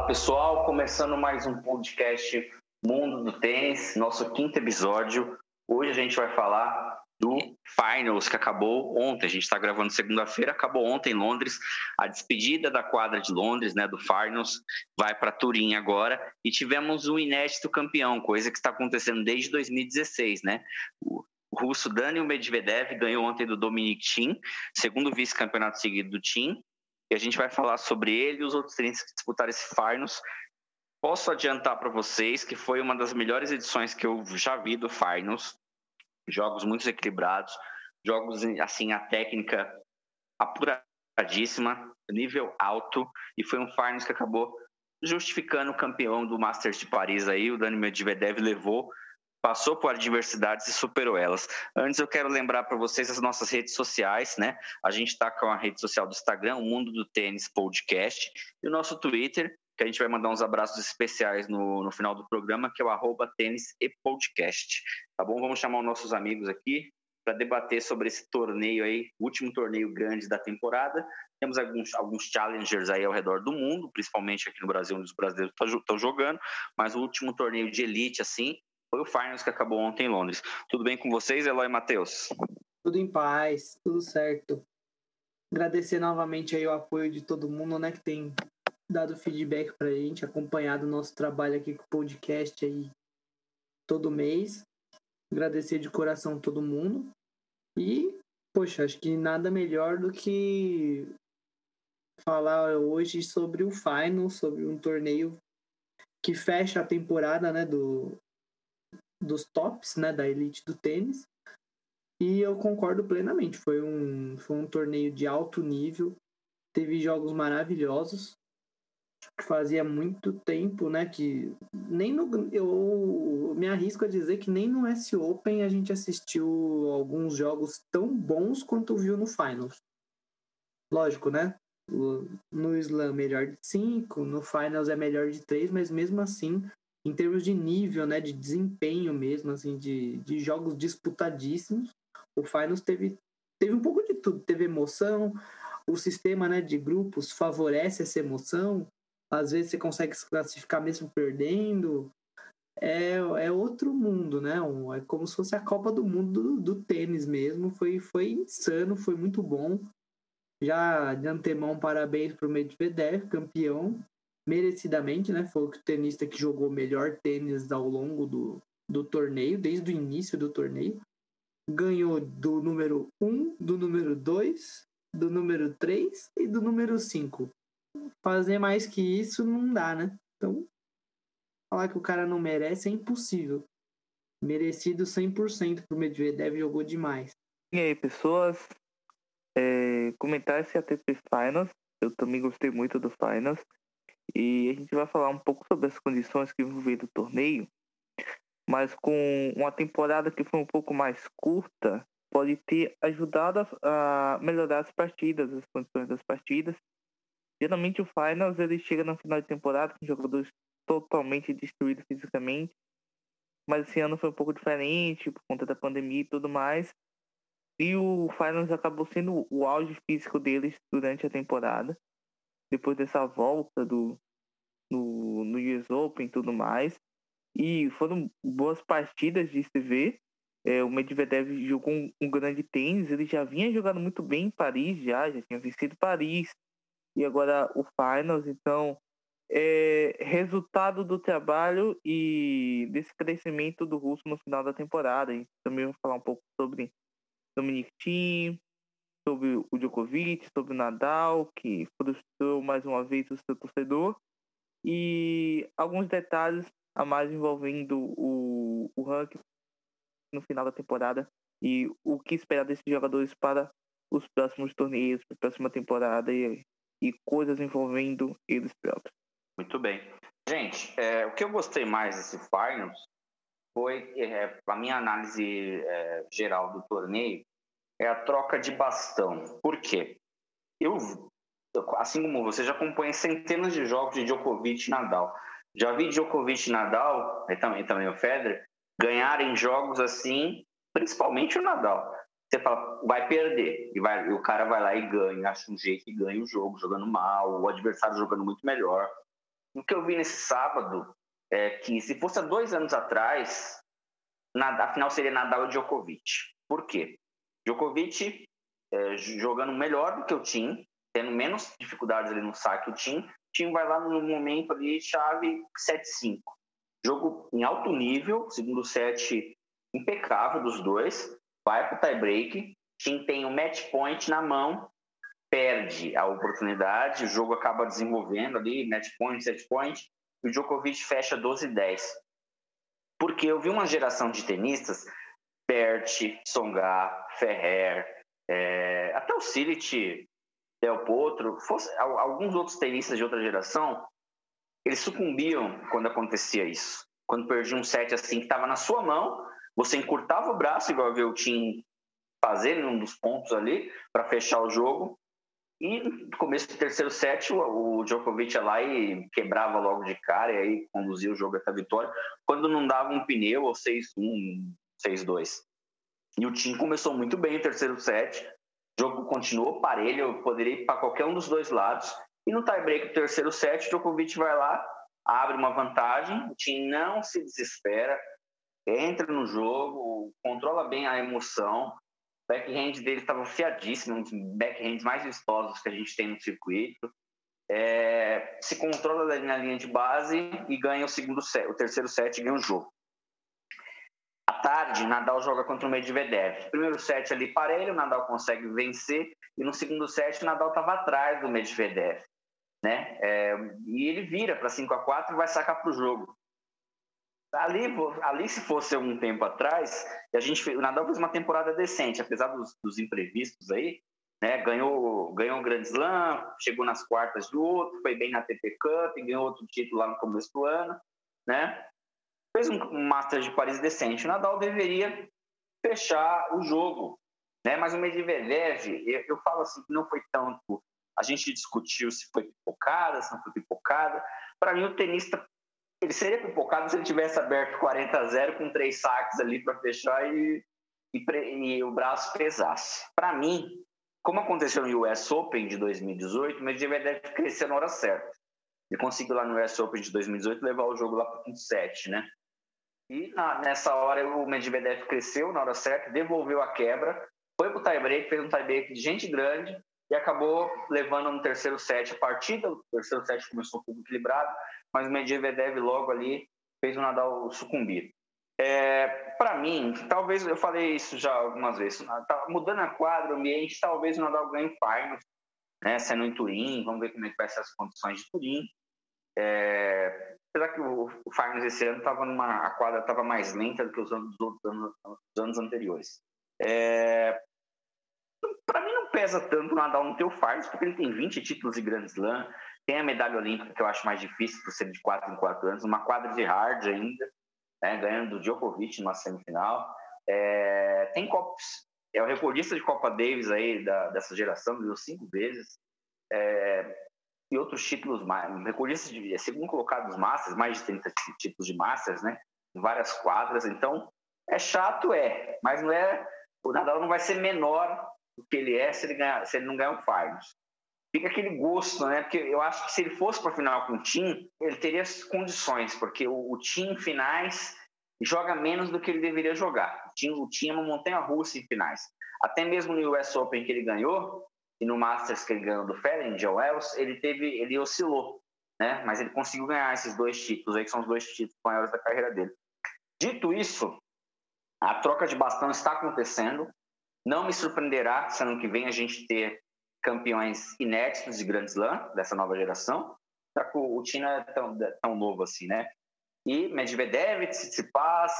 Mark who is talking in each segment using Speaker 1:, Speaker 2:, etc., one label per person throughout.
Speaker 1: pessoal, começando mais um podcast Mundo do Tênis, nosso 5º episódio. Hoje a gente vai falar do Finals, que acabou ontem. A gente está gravando segunda-feira, acabou ontem em Londres. A despedida da quadra de Londres, né, do Finals, vai para Turim agora. E tivemos um inédito campeão, coisa que está acontecendo desde 2016, né? O russo Daniil Medvedev ganhou ontem do Dominic Thiem, segundo vice-campeonato seguido do Thiem. E a gente vai falar sobre ele e os outros tênis que disputaram esse Finals. Posso adiantar para vocês que foi uma das melhores edições que eu já vi do Finals. Jogos muito equilibrados, jogos assim, a técnica apuradíssima, nível alto, e foi um Finals que acabou justificando o campeão do Masters de Paris aí, o Daniil Medvedev levou, passou por adversidades e superou elas. Antes eu quero lembrar para vocês as nossas redes sociais, né? A gente está com a rede social do Instagram, o Mundo do Tênis Podcast, e o nosso Twitter, que a gente vai mandar uns abraços especiais no final do programa, que é o @tênis_e_podcast. Tá bom? Vamos chamar os nossos amigos aqui para debater sobre esse torneio aí, o último torneio grande da temporada. Temos alguns challengers aí ao redor do mundo, principalmente aqui no Brasil, onde os brasileiros estão jogando, mas o último torneio de elite, assim, foi o Finals que acabou ontem em Londres. Tudo bem com vocês, Eloy e Matheus?
Speaker 2: Tudo em paz, tudo certo. Agradecer novamente aí o apoio de todo mundo, né, que tem dado feedback pra gente, acompanhado o nosso trabalho aqui com o podcast aí todo mês. Agradecer de coração todo mundo. E, poxa, acho que nada melhor do que falar hoje sobre o Final, sobre um torneio que fecha a temporada, né, dos tops, né, da elite do tênis. E eu concordo plenamente, foi um torneio de alto nível, teve jogos maravilhosos. Fazia muito tempo, né, que nem eu me arrisco a dizer que nem no US Open a gente assistiu alguns jogos tão bons quanto viu no Finals. Lógico, né? No Slam melhor de 5, no Finals é melhor de 3, mas mesmo assim, em termos de nível, né, de desempenho mesmo, assim, de jogos disputadíssimos, o Finals teve um pouco de tudo. Teve emoção, o sistema, né, de grupos favorece essa emoção. Às vezes você consegue se classificar mesmo perdendo. É outro mundo, né? É como se fosse a Copa do Mundo do tênis mesmo. Foi insano, foi muito bom. Já de antemão, parabéns para o Medvedev, campeão, merecidamente, né? Foi o tenista que jogou melhor tênis ao longo do torneio, desde o início do torneio. Ganhou do número 1, do número 2, do número 3 e do número 5. Fazer mais que isso não dá, né? Então, falar que o cara não merece é impossível. Merecido 100% pro Medvedev, jogou demais.
Speaker 3: E aí, pessoas? Comentar esse ATP Finals. Eu também gostei muito do Finals. E a gente vai falar um pouco sobre as condições que envolveram o torneio. Mas com uma temporada que foi um pouco mais curta, pode ter ajudado a melhorar as partidas, as condições das partidas. Geralmente o Finals ele chega no final de temporada com jogadores totalmente destruídos fisicamente, mas esse ano foi um pouco diferente por conta da pandemia e tudo mais. E o Finals acabou sendo o auge físico deles durante a temporada, depois dessa volta no US Open e tudo mais. E foram boas partidas de se ver. O Medvedev jogou um grande tênis, ele já vinha jogando muito bem em Paris, já tinha vencido Paris. E agora o Finals, então, resultado do trabalho e desse crescimento do russo no final da temporada. A gente também vai falar um pouco sobre Dominic Thiem, sobre o Djokovic, sobre o Nadal, que frustrou mais uma vez o seu torcedor, e alguns detalhes a mais envolvendo o ranking no final da temporada e o que esperar desses jogadores para os próximos torneios, para a próxima temporada e coisas envolvendo eles próprios.
Speaker 1: Muito bem. Gente, o que eu gostei mais desse Finals foi, a minha análise geral do torneio, é a troca de bastão. Por quê? Eu, assim como você, já acompanhei centenas de jogos de Djokovic e Nadal. Já vi Djokovic e Nadal, e também o Federer, ganharem jogos assim, principalmente o Nadal. Você fala, vai perder, e o cara vai lá e ganha, acha um jeito e ganha o jogo, jogando mal, o adversário jogando muito melhor. O que eu vi nesse sábado é que, se fosse há 2 anos atrás, a final seria Nadal e Djokovic. Por quê? Djokovic jogando melhor do que o Thiem, tendo menos dificuldades ali no saque. O Thiem vai lá no momento ali, chave 7-5. Jogo em alto nível, segundo set impecável dos dois, vai para o tie-break. Thiem tem o match point na mão, perde a oportunidade, o jogo acaba desenvolvendo ali, match point, set point, e o Djokovic fecha 12-10. Porque eu vi uma geração de tenistas, Berti, Tsonga, Ferrer, até o Cilic, Del Potro, alguns outros tenistas de outra geração, eles sucumbiam quando acontecia isso. Quando perdia um set assim que estava na sua mão, você encurtava o braço, igual eu vi o Thiem fazer em um dos pontos ali, para fechar o jogo. E no começo do terceiro set, o Djokovic ia lá e quebrava logo de cara, e aí conduzia o jogo até a vitória, quando não dava um pneu, ou 6-1, 6-2. E o Thiem começou muito bem o terceiro set, o jogo continuou parelho, poderia ir para qualquer um dos dois lados, e no tie-break do terceiro set, o Djokovic vai lá, abre uma vantagem, o Thiem não se desespera, entra no jogo, controla bem a emoção. O backhand dele estava afiadíssimo, um dos backhands mais vistosos que a gente tem no circuito. Se controla na linha de base e ganha o terceiro set e ganha o jogo. À tarde, Nadal joga contra o Medvedev. Primeiro set ali parelho, o Nadal consegue vencer, e no segundo set o Nadal estava atrás do Medvedev, né? E ele vira para 5-4 e vai sacar para o jogo. Ali, se fosse um tempo atrás, o Nadal fez uma temporada decente, apesar dos imprevistos aí, né? Ganhou o Grand Slam, chegou nas quartas do outro, foi bem na ATP Cup, ganhou outro título lá no começo do ano, né? Fez um Masters de Paris decente. O Nadal deveria fechar o jogo, né? Mas o Medvedev, eu falo assim, que não foi tanto. A gente discutiu se foi pipocada, se não foi pipocada. Para mim, o tenista, ele seria pipocado se ele tivesse aberto 40-0 com 3 saques ali para fechar e o braço pesasse. Para mim, como aconteceu no US Open de 2018, o Medvedev cresceu na hora certa. Ele conseguiu lá no US Open de 2018 levar o jogo lá para o quinto set, né? E nessa hora o Medvedev cresceu na hora certa, devolveu a quebra, foi para o tie-break, fez um tie-break de gente grande e acabou levando no terceiro set a partida. O terceiro set começou um pouco equilibrado, mas o Medvedev logo ali fez o Nadal sucumbir. Para mim, talvez, eu falei isso já algumas vezes, tá mudando a quadra, o ambiente, talvez o Nadal ganhe o finals, né, sendo em Turim, vamos ver como é que vai ser as condições de Turim. Apesar que o finals esse ano a quadra estava mais lenta do que os anos anteriores. Para mim não pesa tanto o Nadal no teu finals, porque ele tem 20 títulos de Grand Slam, tem a medalha olímpica, que eu acho mais difícil por ser de 4 em 4 anos, uma quadra de hard ainda, né, ganhando do Djokovic numa semifinal. Tem Copas, é o recordista de Copa Davis aí dessa geração, ganhou 5 vezes. E outros títulos mais, recordista de segundo colocado dos Masters, mais de 30 títulos de Masters, né, em várias quadras. Então, é chato, mas não o Nadal não vai ser menor do que ele é se ele não ganhar o finals. Fica aquele gosto, né? Porque eu acho que se ele fosse para a final com o Thiem, ele teria as condições, porque o Thiem em finais joga menos do que ele deveria jogar. O Thiem é uma montanha-russa em finais. Até mesmo no US Open que ele ganhou, e no Masters que ele ganhou do Federer, em John Wells, ele oscilou, né? Mas ele conseguiu ganhar esses 2 títulos aí, que são os 2 títulos maiores da carreira dele. Dito isso, a troca de bastão está acontecendo. Não me surpreenderá se ano que vem a gente ter campeões inéditos de Grand Slam dessa nova geração. O Thiem não é tão novo assim, né? E Medvedev, Tsitsipas,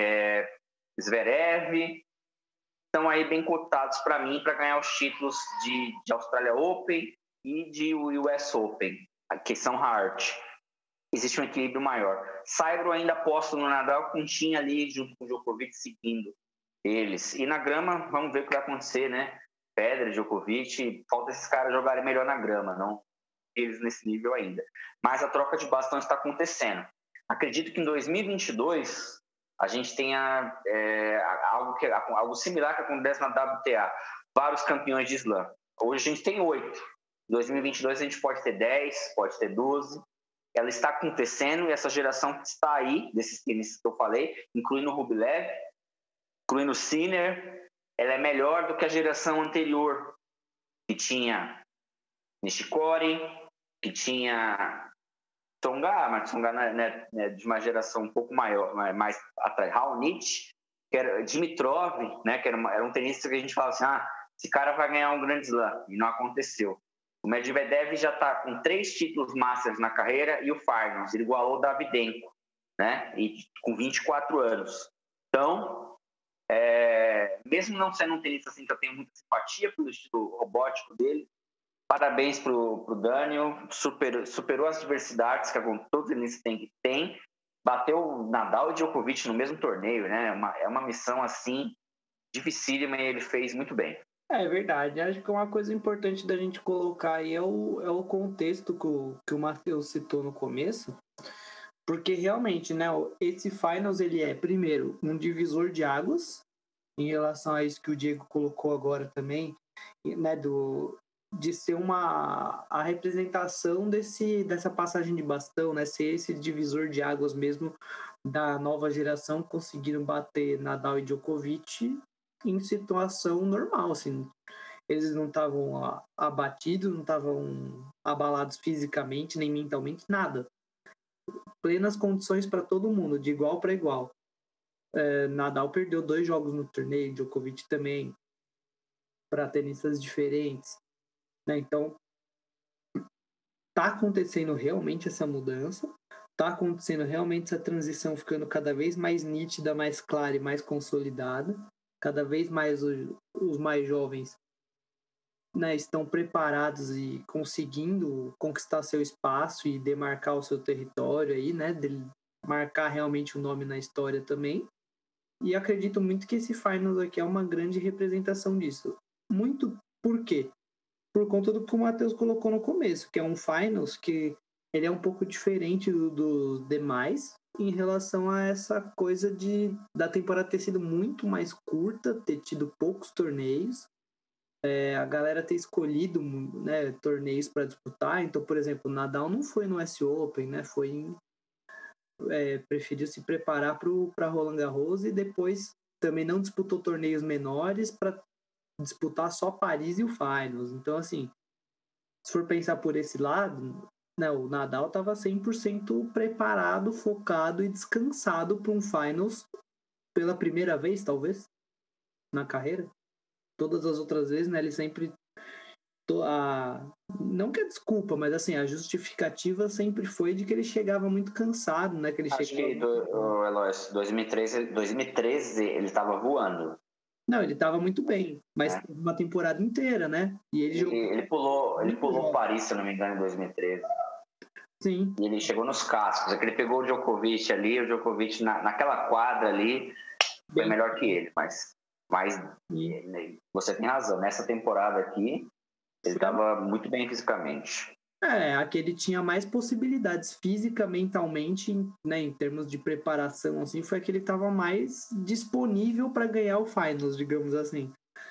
Speaker 1: Zverev estão aí bem cotados para mim para ganhar os títulos de Australia Open e de US Open, que são hard. Existe um equilíbrio maior. Saibro ainda aposto no Nadal, com o Thiem ali junto com o Djokovic seguindo eles. E na grama, vamos ver o que vai acontecer, né? Federer, Djokovic, falta esses caras jogarem melhor na grama, não eles nesse nível ainda. Mas a troca de bastão está acontecendo. Acredito que em 2022 a gente tenha algo similar que acontece na WTA. Vários campeões de slam. Hoje a gente tem 8. Em 2022 a gente pode ter 10, pode ter 12. ela está acontecendo e essa geração que está aí, desses tenistas que eu falei, incluindo o Rublev, incluindo o Sinner, ela é melhor do que a geração anterior, que tinha Nishikori, que tinha Tsonga, mas Tsonga não é de uma geração um pouco maior, mais atrás, Raonic, que era Dimitrov, né, que era um tenista que a gente falava assim, esse cara vai ganhar um Grand Slam, e não aconteceu. O Medvedev já está com 3 títulos Masters na carreira e o Finals, ele igualou o Davydenko, né, e com 24 anos. Então, mesmo não sendo um tenista assim que eu tenho muita simpatia pelo estilo robótico dele, parabéns pro Daniel, superou as diversidades que todos eles têm, bateu Nadal e Djokovic no mesmo torneio, né? É uma missão assim dificílima e ele fez muito bem.
Speaker 2: É verdade, acho que uma coisa importante da gente colocar aí é o contexto que o Matheus citou no começo, porque realmente, né, esse Finals ele é, primeiro, um divisor de águas em relação a isso que o Diego colocou agora também, né, de ser a representação dessa passagem de bastão, né, ser esse divisor de águas mesmo da nova geração conseguindo bater Nadal e Djokovic em situação normal, assim. Eles não estavam abatidos, não estavam abalados fisicamente nem mentalmente, nada. Plenas condições para todo mundo, de igual para igual. Nadal perdeu 2 jogos no torneio, Djokovic também, para tenistas diferentes, né? Então, tá acontecendo realmente essa mudança, tá acontecendo realmente essa transição ficando cada vez mais nítida, mais clara e mais consolidada. Cada vez mais os mais jovens, né, estão preparados e conseguindo conquistar seu espaço e demarcar o seu território aí, né, marcar realmente o nome na história também. E acredito muito que esse Finals aqui é uma grande representação disso. Muito por quê? Por conta do que o Matheus colocou no começo, que é um Finals que ele é um pouco diferente dos demais em relação a essa coisa da temporada ter sido muito mais curta, ter tido poucos torneios, a galera ter escolhido, né, torneios para disputar. Então, por exemplo, o Nadal não foi no US Open, né, preferiu se preparar para Roland Garros e depois também não disputou torneios menores para disputar só Paris e o Finals. Então, assim, se for pensar por esse lado, né, o Nadal estava 100% preparado, focado e descansado para um Finals pela primeira vez, talvez, na carreira. Todas as outras vezes, né, ele sempre... Não que é desculpa, mas assim, a justificativa sempre foi de que ele chegava muito cansado, né? Que ele
Speaker 1: Acho que, Eloy, 2013 ele estava voando.
Speaker 2: Não, ele estava muito bem, mas uma temporada inteira, né? E
Speaker 1: ele pulou Paris, se eu não me engano, em 2013.
Speaker 2: Sim.
Speaker 1: E ele chegou nos cascos. Ele pegou o Djokovic ali, o Djokovic naquela quadra ali foi melhor que ele, mas você tem razão. Nessa temporada aqui, ele estava muito bem fisicamente.
Speaker 2: Aqui ele tinha mais possibilidades física, mentalmente, né, em termos de preparação, assim, foi que ele estava mais disponível para ganhar o Finals, digamos assim.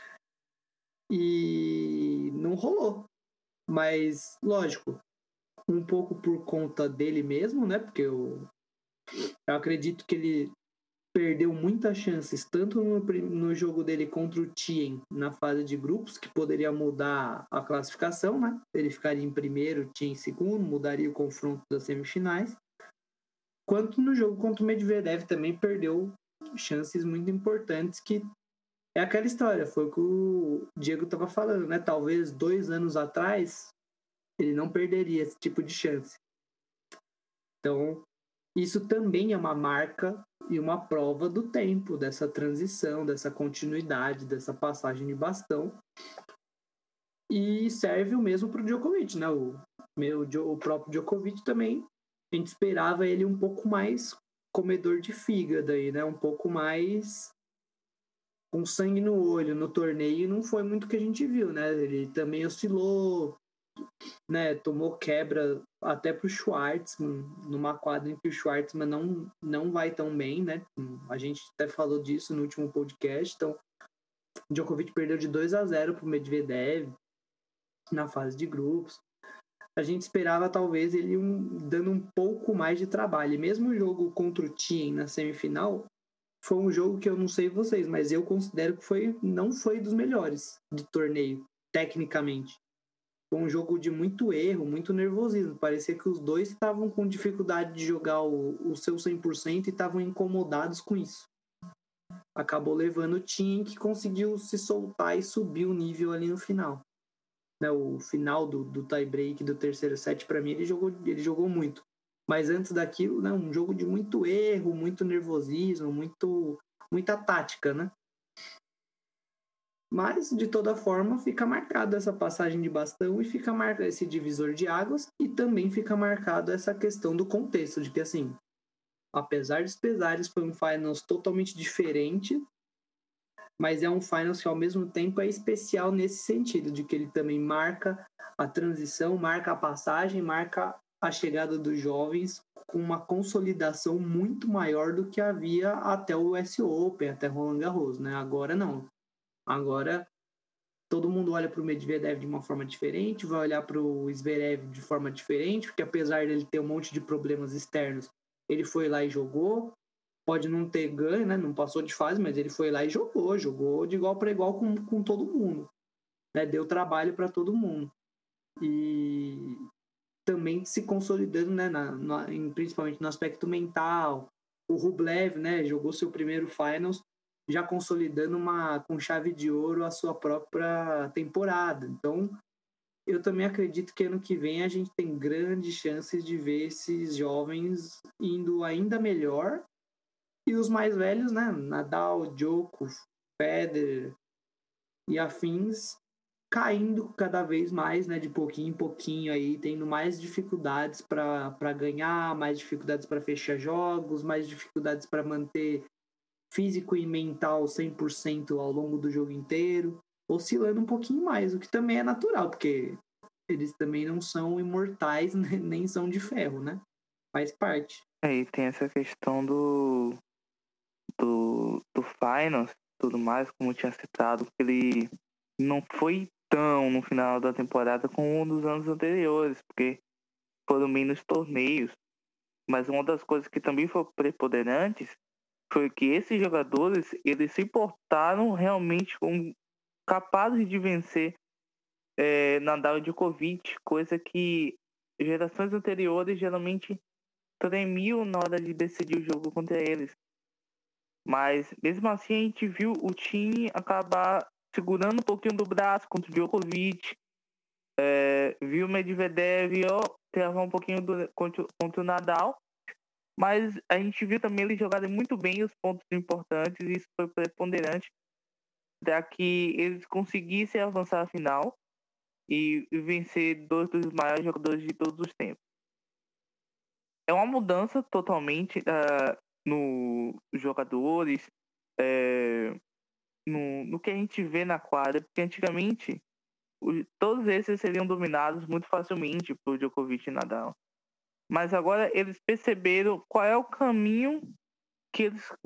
Speaker 2: E não rolou. Mas, lógico, um pouco por conta dele mesmo, né, porque eu acredito que ele perdeu muitas chances, tanto no jogo dele contra o Thiem na fase de grupos, que poderia mudar a classificação, né? Ele ficaria em primeiro, Thiem em segundo, mudaria o confronto das semifinais. Quanto no jogo contra o Medvedev também perdeu chances muito importantes, que é aquela história, foi o que o Diego estava falando, né? Talvez 2 anos atrás ele não perderia esse tipo de chance. Então, isso também é uma marca e uma prova do tempo, dessa transição, dessa continuidade, dessa passagem de bastão. E serve o mesmo para o Djokovic, né? O próprio Djokovic também, a gente esperava ele um pouco mais comedor de fígado aí, né? Um pouco mais com sangue no olho no torneio, não foi muito o que a gente viu, né? Ele também oscilou, né, tomou quebra até pro Schwartzman, numa quadra em que o Schwartzman não vai tão bem, né? A gente até falou disso no último podcast. Então, o Djokovic perdeu de 2-0 pro Medvedev na fase de grupos. a gente esperava talvez ele dando um pouco mais de trabalho. E mesmo o jogo contra o Team na semifinal, foi um jogo que eu não sei vocês, mas eu considero que não foi dos melhores do torneio, tecnicamente. Foi um jogo de muito erro, muito nervosismo. Parecia que os dois estavam com dificuldade de jogar o seu 100% e estavam incomodados com isso. Acabou levando o Team, que conseguiu se soltar e subir o nível ali no final. Né, o final do tie-break do terceiro set, para mim, ele jogou muito. Mas antes daquilo, né, um jogo de muito erro, muito nervosismo, muita tática, né? Mas, de toda forma, fica marcado essa passagem de bastão e fica marcado esse divisor de águas e também fica marcado essa questão do contexto, de que, assim, apesar dos pesares, foi um finals totalmente diferente, mas é um finals que, ao mesmo tempo, é especial nesse sentido, de que ele também marca a transição, marca a passagem, marca a chegada dos jovens com uma consolidação muito maior do que havia até o US Open, até Roland Garros, né? Agora não. Agora todo mundo olha para o Medvedev de uma forma diferente, vai olhar para o Zverev de forma diferente, porque apesar dele ter um monte de problemas externos, ele foi lá e jogou. Pode não ter ganho, né? Não passou de fase, mas ele foi lá e jogou de igual para igual com todo mundo, né? Deu trabalho para todo mundo. E também se consolidando, né, principalmente no aspecto mental. O Rublev, né, jogou seu primeiro finals já consolidando com chave de ouro a sua própria temporada. Então, eu também acredito que ano que vem a gente tem grandes chances de ver esses jovens indo ainda melhor e os mais velhos, né, Nadal, Djokovic, Federer e afins, caindo cada vez mais, né, de pouquinho em pouquinho aí, tendo mais dificuldades para ganhar, mais dificuldades para fechar jogos, mais dificuldades para manter físico e mental 100% ao longo do jogo inteiro, oscilando um pouquinho mais, o que também é natural, porque eles também não são imortais, né, nem são de ferro, né? Faz parte.
Speaker 3: Aí tem essa questão do finals, tudo mais, como eu tinha citado, que ele não foi tão no final da temporada como um dos anos anteriores, porque foram menos torneios. Mas uma das coisas que também foi preponderantes foi que esses jogadores, eles se portaram realmente como capazes de vencer Nadal e Djokovic, coisa que gerações anteriores geralmente tremiam na hora de decidir o jogo contra eles. Mas mesmo assim a gente viu o time acabar segurando um pouquinho do braço contra o Djokovic, viu o Medvedev travar um pouquinho contra o Nadal, mas a gente viu também eles jogarem muito bem os pontos importantes e isso foi preponderante para que eles conseguissem avançar a final e vencer dois dos maiores jogadores de todos os tempos. É uma mudança totalmente nos jogadores, no que a gente vê na quadra, porque antigamente todos esses seriam dominados muito facilmente por Djokovic e Nadal. Mas agora eles perceberam qual é o caminho que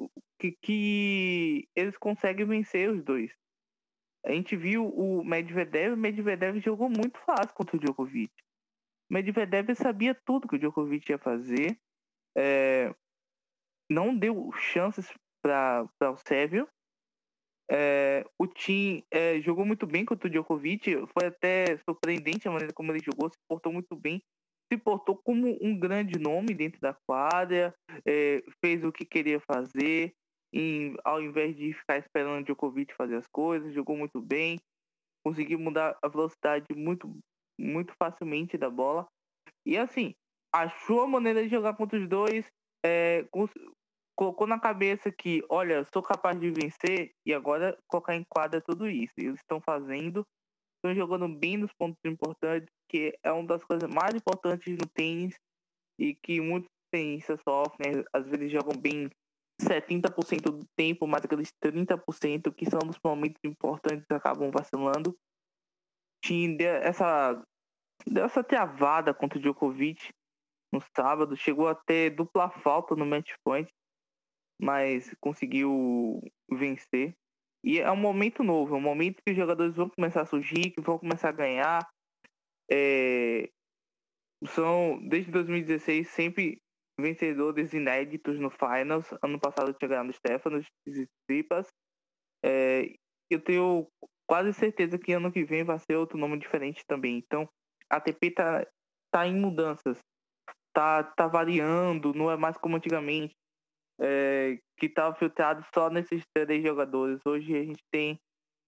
Speaker 3: eles conseguem vencer os dois. A gente viu o Medvedev jogou muito fácil contra o Djokovic. O Medvedev sabia tudo que o Djokovic ia fazer, não deu chances para o Sérvio. O Tim jogou muito bem contra o Djokovic, foi até surpreendente a maneira como ele jogou, se portou muito bem, se portou como um grande nome dentro da quadra, fez o que queria fazer, ao invés de ficar esperando o Djokovic fazer as coisas, jogou muito bem, conseguiu mudar a velocidade muito, muito facilmente da bola, e assim, achou a maneira de jogar contra os dois, colocou na cabeça que, olha, sou capaz de vencer e agora colocar em quadra tudo isso. Eles estão fazendo, estão jogando bem nos pontos importantes, que é uma das coisas mais importantes no tênis e que muitos tenistas sofrem. Às vezes jogam bem 70% do tempo, mas aqueles 30% que são nos momentos importantes acabam vacilando. Tinha deu essa travada contra o Djokovic no sábado, chegou a ter dupla falta no match point, mas conseguiu vencer. E é um momento novo, é um momento que os jogadores vão começar a surgir, que vão começar a ganhar. são, desde 2016, sempre vencedores inéditos no Finals. Ano passado tinha ganhado Stefanos e Tsitsipas. Eu tenho quase certeza que ano que vem vai ser outro nome diferente também. Então, a ATP tá em mudanças. Tá variando, não é mais como antigamente, que estava filtrado só nesses 3 jogadores. Hoje a gente tem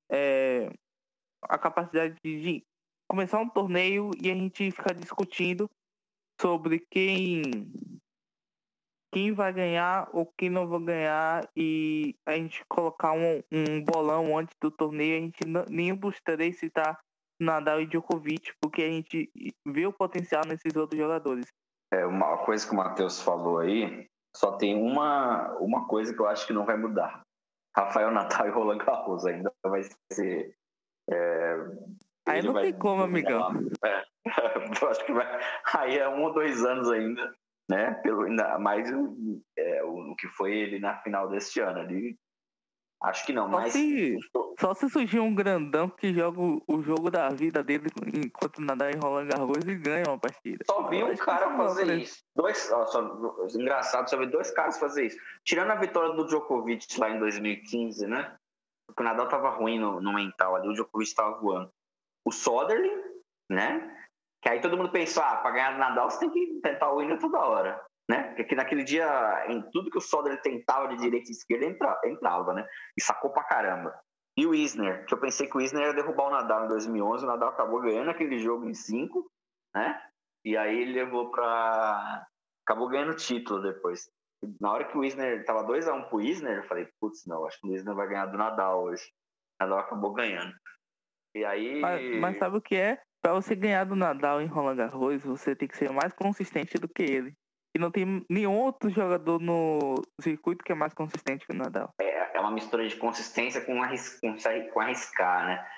Speaker 3: a capacidade de começar um torneio e a gente ficar discutindo sobre quem vai ganhar ou quem não vai ganhar, e a gente colocar um bolão antes do torneio. A gente nenhum dos 3 citar Nadal e Djokovic, porque a gente vê o potencial nesses outros jogadores.
Speaker 1: Uma coisa que o Matheus falou aí, só tem uma coisa que eu acho que não vai mudar. Rafael Nadal e Roland Garros ainda vai ser...
Speaker 3: aí não tem como, amigão.
Speaker 1: Eu acho que vai... Aí é 1 ou 2 anos ainda, né? Ainda mais o que foi ele na final deste ano. Ali, acho que não, mas...
Speaker 3: Só se surgir um grandão que joga o jogo da vida dele enquanto Nadal e Roland Garros e ganha uma partida.
Speaker 1: Só vi um cara fazer isso. Engraçado, só vi 2 caras fazer isso. Tirando a vitória do Djokovic lá em 2015, né? Porque o Nadal tava ruim no mental ali, o Djokovic tava voando. O Soderling, né? Que aí todo mundo pensou, para ganhar do Nadal você tem que tentar o winner toda hora, né? Porque naquele dia, em tudo que o Soderling tentava de direita e esquerda, entrava, né? E sacou pra caramba. E o Isner, que eu pensei que o Isner ia derrubar o Nadal em 2011, o Nadal acabou ganhando aquele jogo em 5, né? E aí ele acabou ganhando o título depois. Na hora que o Isner tava 2-1 pro Isner, eu falei, putz, não, acho que o Isner vai ganhar do Nadal hoje. O Nadal acabou ganhando. E aí...
Speaker 3: Mas sabe o que é? Pra você ganhar do Nadal em Roland Garros, você tem que ser mais consistente do que ele. E não tem nenhum outro jogador no circuito que é mais consistente que o Nadal.
Speaker 1: É uma mistura de consistência com arriscar, né?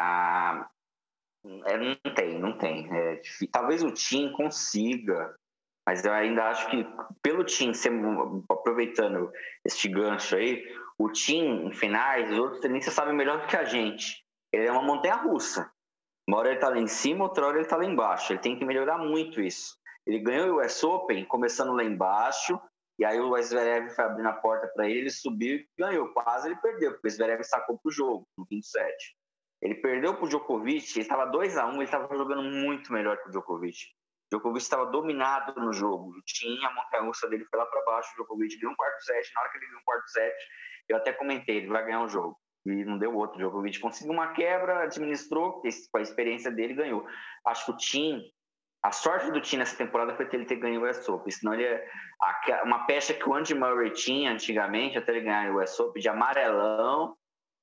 Speaker 1: Não tem. Talvez o Thiem consiga, mas eu ainda acho que pelo Thiem, aproveitando este gancho aí, o Thiem, em finais, os outros tenistas sabem melhor do que a gente. Ele é uma montanha-russa. Uma hora ele tá lá em cima, outra hora ele tá lá embaixo. Ele tem que melhorar muito isso. Ele ganhou o US Open começando lá embaixo, e aí o Zverev foi abrindo a porta para ele, subiu e ganhou. Quase ele perdeu, porque o Zverev sacou pro jogo, no quinto set. Ele perdeu pro Djokovic, ele estava 2-1, ele estava jogando muito melhor que o Djokovic. O Djokovic estava dominado no jogo. Tinha a montanha-russa dele, foi lá para baixo, o Djokovic ganhou um quarto set. Na hora que ele ganhou um quarto set, eu até comentei, ele vai ganhar o jogo. E não deu outro. O Djokovic conseguiu uma quebra, administrou, com a experiência dele, ganhou. Acho que o Thiem, a sorte do Thiem nessa temporada foi ele ter ganho o US Open. Senão ele uma pecha que o Andy Murray tinha antigamente, até ele ganhar o US Open, de amarelão,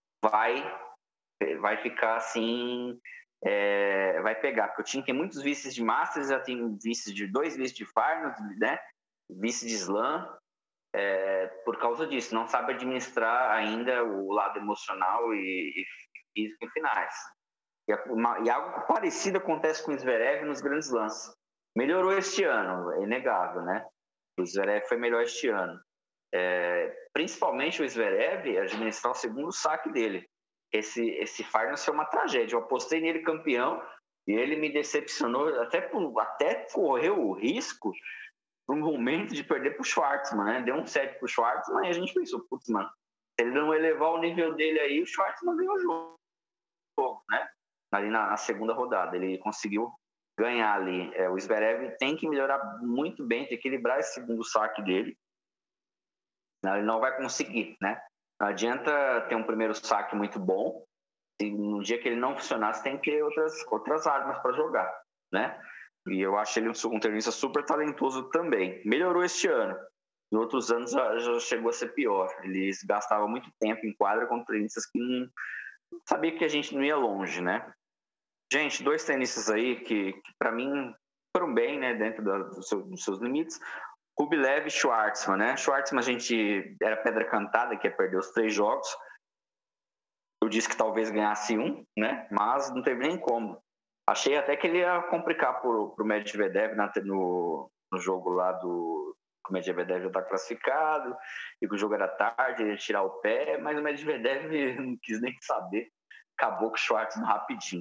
Speaker 1: vai ficar assim, vai pegar. Porque o Thiem tem muitos vices de Masters, já tem 2 vices de Finals, né? Vice de Slam. Por causa disso, não sabe administrar ainda o lado emocional e físico em finais. E algo parecido acontece com o Zverev nos grandes lances. Melhorou este ano, é inegável, né? O Zverev foi melhor este ano. Principalmente o Zverev administrar o segundo saque dele. Esse Finals foi uma tragédia. Eu apostei nele campeão e ele me decepcionou, até correu o risco no momento de perder pro Schwartzman, né? Deu um set pro Schwartzman e a gente pensou, putz, mano, se ele não elevar o nível dele aí, o Schwartzman ganhou o jogo, né? Ali na segunda rodada, ele conseguiu ganhar ali. O Zverev tem que melhorar muito bem, tem que equilibrar esse segundo saque dele. Ele não vai conseguir, né? Não adianta ter um primeiro saque muito bom, e no dia que ele não funcionar, você tem que ter outras armas para jogar, né? E eu acho ele um tenista super talentoso também. Melhorou este ano. Em outros anos já chegou a ser pior. Ele gastava muito tempo em quadra com tenistas que não sabia que a gente não ia longe, né? Gente, 2 tenistas aí que para mim foram bem, né, dentro dos seus limites. Rublev e Schwartzman, né? Schwartzman a gente era pedra cantada, que ia perder os 3 jogos. Eu disse que talvez ganhasse um, né? Mas não teve nem como. Achei até que ele ia complicar pro Medvedev no jogo lá do... O Medvedev já está classificado, e que o jogo era tarde, ele ia tirar o pé, mas o Medvedev não quis nem saber. Acabou com o Schwartzman rapidinho.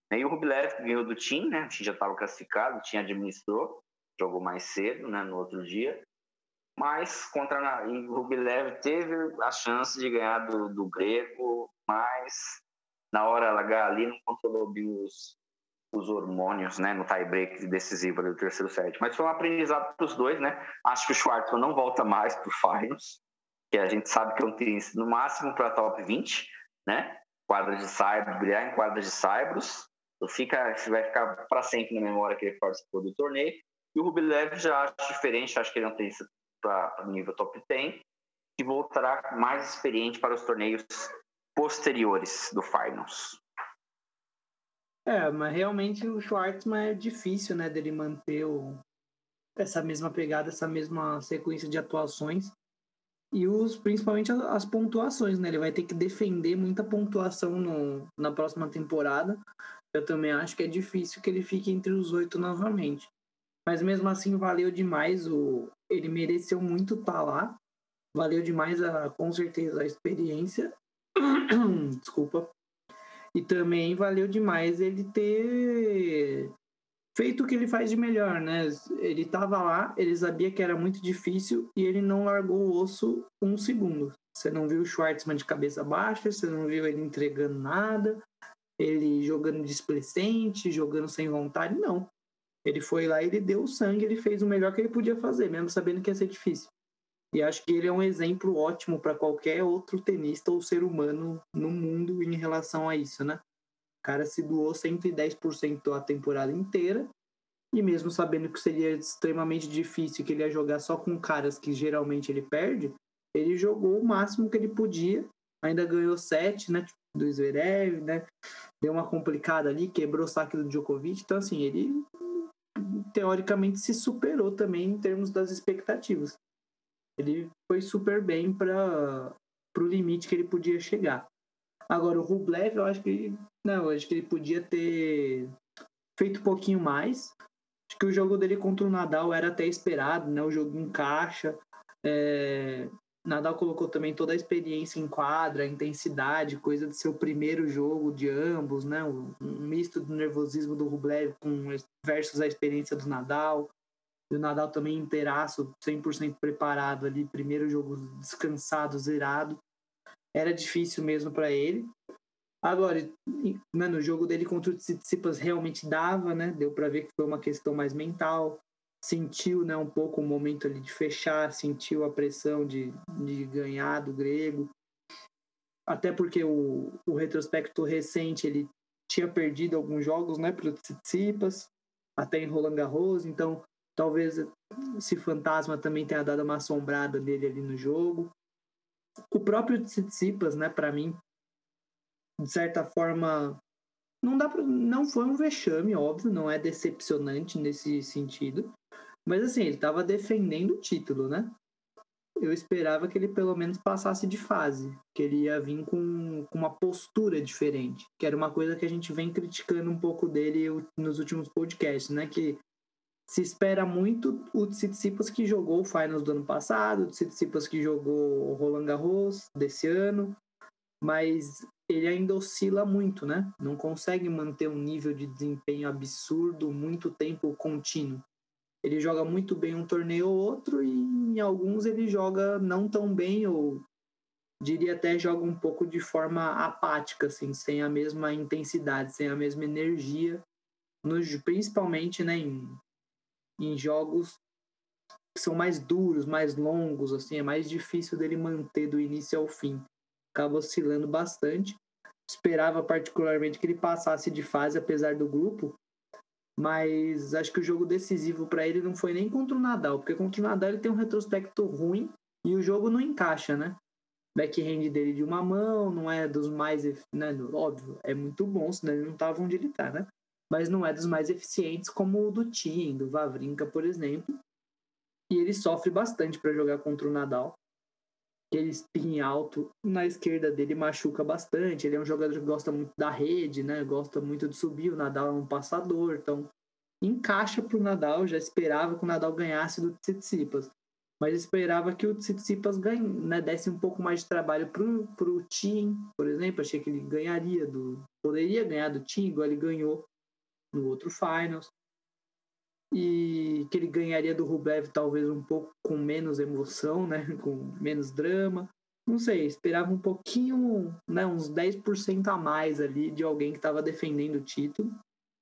Speaker 1: E o Rublev ganhou do Thiem, né? O Thiem já estava classificado, o Thiem administrou, jogou mais cedo, né? No outro dia. Mas e o Rublev teve a chance de ganhar do grego, mas na hora H ali não controlou bem os hormônios, né, no tie-break decisivo do terceiro set. Mas foi um aprendizado para os dois, né? Acho que o Schwartzman não volta mais para o finals, que a gente sabe que é um tênis no máximo para top 20, né? Quadra de Saibros, brilhar em quadra de Saibros, vai ficar para sempre na memória que ele participou do torneio. E o Rublev já acho diferente, acho que ele não tem isso para nível top 10, e voltará mais experiente para os torneios posteriores do finals.
Speaker 2: Mas realmente o Schwartzman é difícil, né, dele manter essa mesma pegada, essa mesma sequência de atuações e principalmente as pontuações, né? Ele vai ter que defender muita pontuação na próxima temporada. Eu também acho que é difícil que ele fique entre os 8 novamente. Mas mesmo assim valeu demais, ele mereceu muito estar lá. Valeu demais, com certeza, a experiência. Desculpa. E também valeu demais ele ter feito o que ele faz de melhor, né? Ele estava lá, ele sabia que era muito difícil e ele não largou o osso um segundo. Você não viu o Schwartzman de cabeça baixa, você não viu ele entregando nada, ele jogando displicente, jogando sem vontade, não. Ele foi lá, ele deu o sangue, ele fez o melhor que ele podia fazer, mesmo sabendo que ia ser difícil. E acho que ele é um exemplo ótimo para qualquer outro tenista ou ser humano no mundo em relação a isso, né? O cara se doou 110% a temporada inteira e mesmo sabendo que seria extremamente difícil, que ele ia jogar só com caras que geralmente ele perde, ele jogou o máximo que ele podia, ainda ganhou 7, né, do Zverev, né? Deu uma complicada ali, quebrou o saque do Djokovic, então assim, ele teoricamente se superou também em termos das expectativas. Ele foi super bem para o limite que ele podia chegar. Agora, o Rublev, eu acho que ele podia ter feito um pouquinho mais. Acho que o jogo dele contra o Nadal era até esperado, né? O jogo encaixa. Nadal colocou também toda a experiência em quadra, a intensidade, coisa do seu primeiro jogo de ambos, né? Um misto do nervosismo do Rublev versus a experiência do Nadal. E o Nadal também inteiraço, 100% preparado ali, primeiro jogo descansado, zerado. Era difícil mesmo para ele. Agora, mano, o jogo dele contra o Tsitsipas realmente dava, né? Deu para ver que foi uma questão mais mental. Sentiu, né, um pouco o momento ali de fechar, sentiu a pressão de ganhar do grego. Até porque o retrospecto recente, ele tinha perdido alguns jogos, né, pro Tsitsipas, até em Roland Garros, então talvez esse fantasma também tenha dado uma assombrada dele ali no jogo. O próprio Tsitsipas, né, para mim, de certa forma, não foi um vexame, óbvio, não é decepcionante nesse sentido, mas assim, ele estava defendendo o título, né? Eu esperava que ele pelo menos passasse de fase, que ele ia vir com uma postura diferente, que era uma coisa que a gente vem criticando um pouco dele nos últimos podcasts, né? Que se espera muito o Tsitsipas que jogou o Finals do ano passado, o Tsitsipas que jogou o Roland Garros desse ano, mas ele ainda oscila muito, né? Não consegue manter um nível de desempenho absurdo muito tempo contínuo. Ele joga muito bem um torneio ou outro e em alguns ele joga não tão bem ou diria até joga um pouco de forma apática, assim, sem a mesma intensidade, sem a mesma energia, principalmente, né, em jogos que são mais duros, mais longos, assim, é mais difícil dele manter do início ao fim. Acaba oscilando bastante. Esperava particularmente que ele passasse de fase, apesar do grupo, mas acho que o jogo decisivo para ele não foi nem contra o Nadal, porque contra o Nadal ele tem um retrospecto ruim e o jogo não encaixa, né? Backhand dele de uma mão, não é dos mais, né, óbvio, é muito bom, senão ele não estava onde ele está, né? Mas não é dos mais eficientes como o do Thiem, do Wawrinka, por exemplo. E ele sofre bastante para jogar contra o Nadal. Aquele spin alto na esquerda dele machuca bastante. Ele é um jogador que gosta muito da rede, né? Gosta muito de subir. O Nadal é um passador, então encaixa pro Nadal. Já esperava que o Nadal ganhasse do Tsitsipas. mas esperava que o Tsitsipas né, desse um pouco mais de trabalho pro Thiem, por exemplo. Achei que ele poderia ganhar do Thiem, igual ele ganhou no outro Finals. E que ele ganharia do Rublev talvez um pouco com menos emoção, né, com menos drama. Não sei, esperava um pouquinho, né, uns 10% a mais ali de alguém que estava defendendo o título.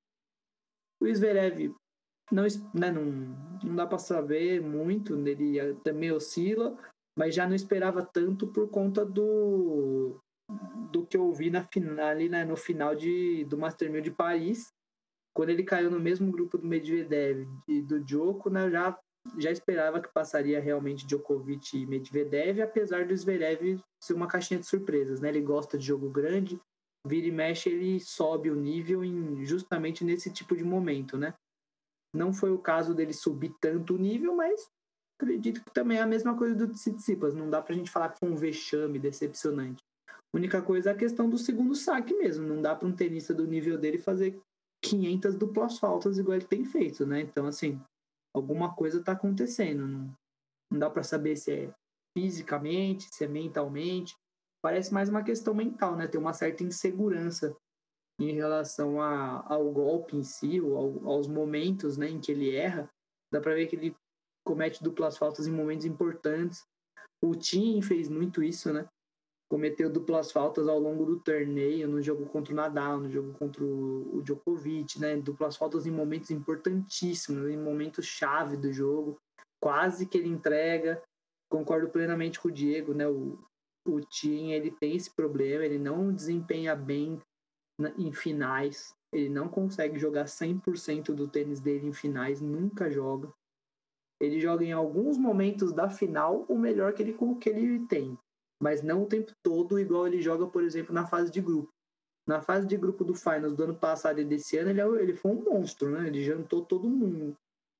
Speaker 2: O Zverev não dá para saber muito, ele também oscila, mas já não esperava tanto por conta do que eu vi ali, né, no final do Master 1000 de Paris, quando ele caiu no mesmo grupo do Medvedev e do Djoko, né, eu já esperava que passaria realmente Djokovic e Medvedev, apesar do Zverev ser uma caixinha de surpresas, né? Ele gosta de jogo grande, vira e mexe, ele sobe o nível justamente nesse tipo de momento, né? Não foi o caso dele subir tanto o nível, mas acredito que também é a mesma coisa do Tsitsipas. Não dá pra gente falar que foi um vexame decepcionante. A única coisa é a questão do segundo saque mesmo. Não dá para um tenista do nível dele fazer 500 duplas faltas igual ele tem feito, né? Então, assim, alguma coisa tá acontecendo. Não dá para saber se é fisicamente, se é mentalmente. Parece mais uma questão mental, né? Tem uma certa insegurança em relação ao golpe em si, ou aos momentos, né, em que ele erra. Dá para ver que ele comete duplas faltas em momentos importantes. O Thiem fez muito isso, né? Cometeu duplas faltas ao longo do torneio, no jogo contra o Nadal, no jogo contra o Djokovic, né? Duplas faltas em momentos importantíssimos, em momentos chave do jogo. Quase que ele entrega. Concordo plenamente com o Diego, né? O Thiem, ele tem esse problema, ele não desempenha bem em finais. Ele não consegue jogar 100% do tênis dele em finais, nunca joga. Ele joga em alguns momentos da final o melhor que ele tem, mas não o tempo todo, igual ele joga, por exemplo, na fase de grupo. Na fase de grupo do Finals do ano passado e desse ano, ele foi um monstro, né? Ele jantou todo mundo.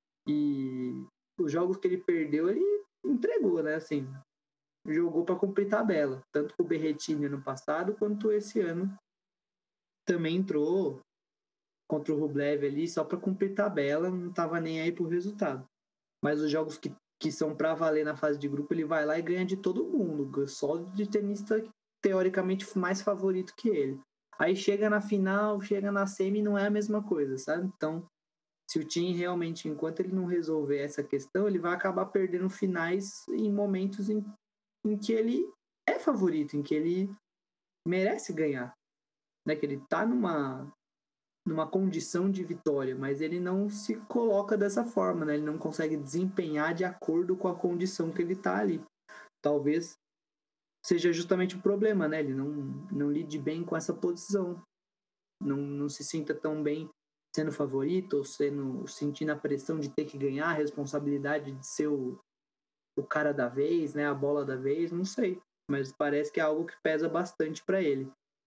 Speaker 2: E os jogos que ele perdeu, ele entregou, né? Assim, jogou para cumprir tabela. Tanto com o Berrettini ano passado, quanto esse ano também entrou contra o Rublev ali só para cumprir tabela, não estava nem aí pro resultado. Mas os jogos que são para valer na fase de grupo, ele vai lá e ganha de todo mundo, só de tenista teoricamente mais favorito que ele. Aí chega na final, chega na semi, não é a mesma coisa, sabe? Então, se o Thiem realmente, enquanto ele não resolver essa questão, ele vai acabar perdendo finais em momentos em que ele é favorito, em que ele merece ganhar, né? Que ele tá numa condição de vitória, mas ele não se coloca dessa forma, né? Ele não consegue desempenhar de acordo com a condição que ele está ali. Talvez seja justamente o problema, né? Ele não lide bem com essa posição. Não se sinta tão bem sendo favorito ou sentindo a pressão de ter que ganhar, a responsabilidade de ser o cara da vez, né? A bola da vez, não sei. Mas parece que é algo que pesa bastante para ele.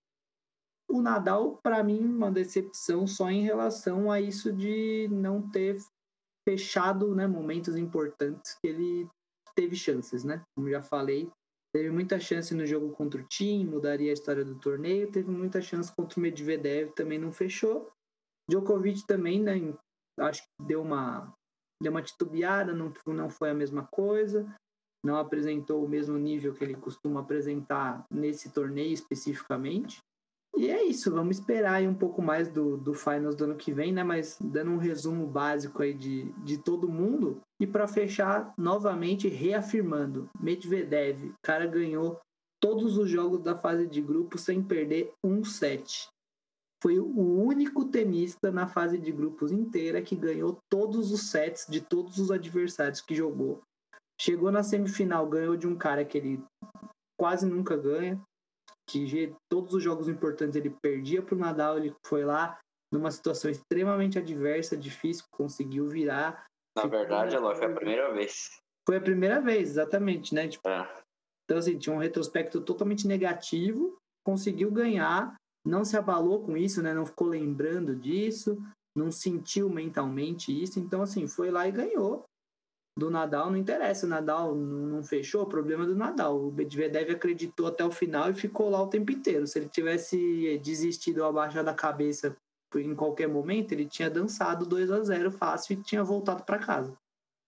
Speaker 2: O Nadal, para mim, uma decepção só em relação a isso de não ter fechado, né, momentos importantes que ele teve chances, né? Como já falei, teve muita chance no jogo contra o Thiem, mudaria a história do torneio, teve muita chance contra o Medvedev, também não fechou. Djokovic também, né, acho que deu uma titubeada, não foi a mesma coisa, não apresentou o mesmo nível que ele costuma apresentar nesse torneio especificamente. E é isso, vamos esperar aí um pouco mais do Finals do ano que vem, né? Mas dando um resumo básico aí de todo mundo. E para fechar, novamente reafirmando, Medvedev, o cara ganhou todos os jogos da fase de grupo sem perder um set. Foi o único tenista na fase de grupos inteira que ganhou todos os sets de todos os adversários que jogou. Chegou na semifinal, ganhou de um cara que ele quase nunca ganha, que todos os jogos importantes ele perdia para o Nadal, ele foi lá numa situação extremamente adversa, difícil, conseguiu virar.
Speaker 1: Na verdade, ela foi a primeira vez.
Speaker 2: Foi a primeira vez, exatamente, né? Tipo, então, assim, tinha um retrospecto totalmente negativo, conseguiu ganhar, não se abalou com isso, né? Não ficou lembrando disso, não sentiu mentalmente isso, então, assim, foi lá e ganhou. Do Nadal não interessa, o Nadal não fechou, o problema é do Nadal. O Medvedev acreditou até o final e ficou lá o tempo inteiro. Se ele tivesse desistido ou abaixado a cabeça em qualquer momento, ele tinha dançado 2-0 fácil e tinha voltado para casa.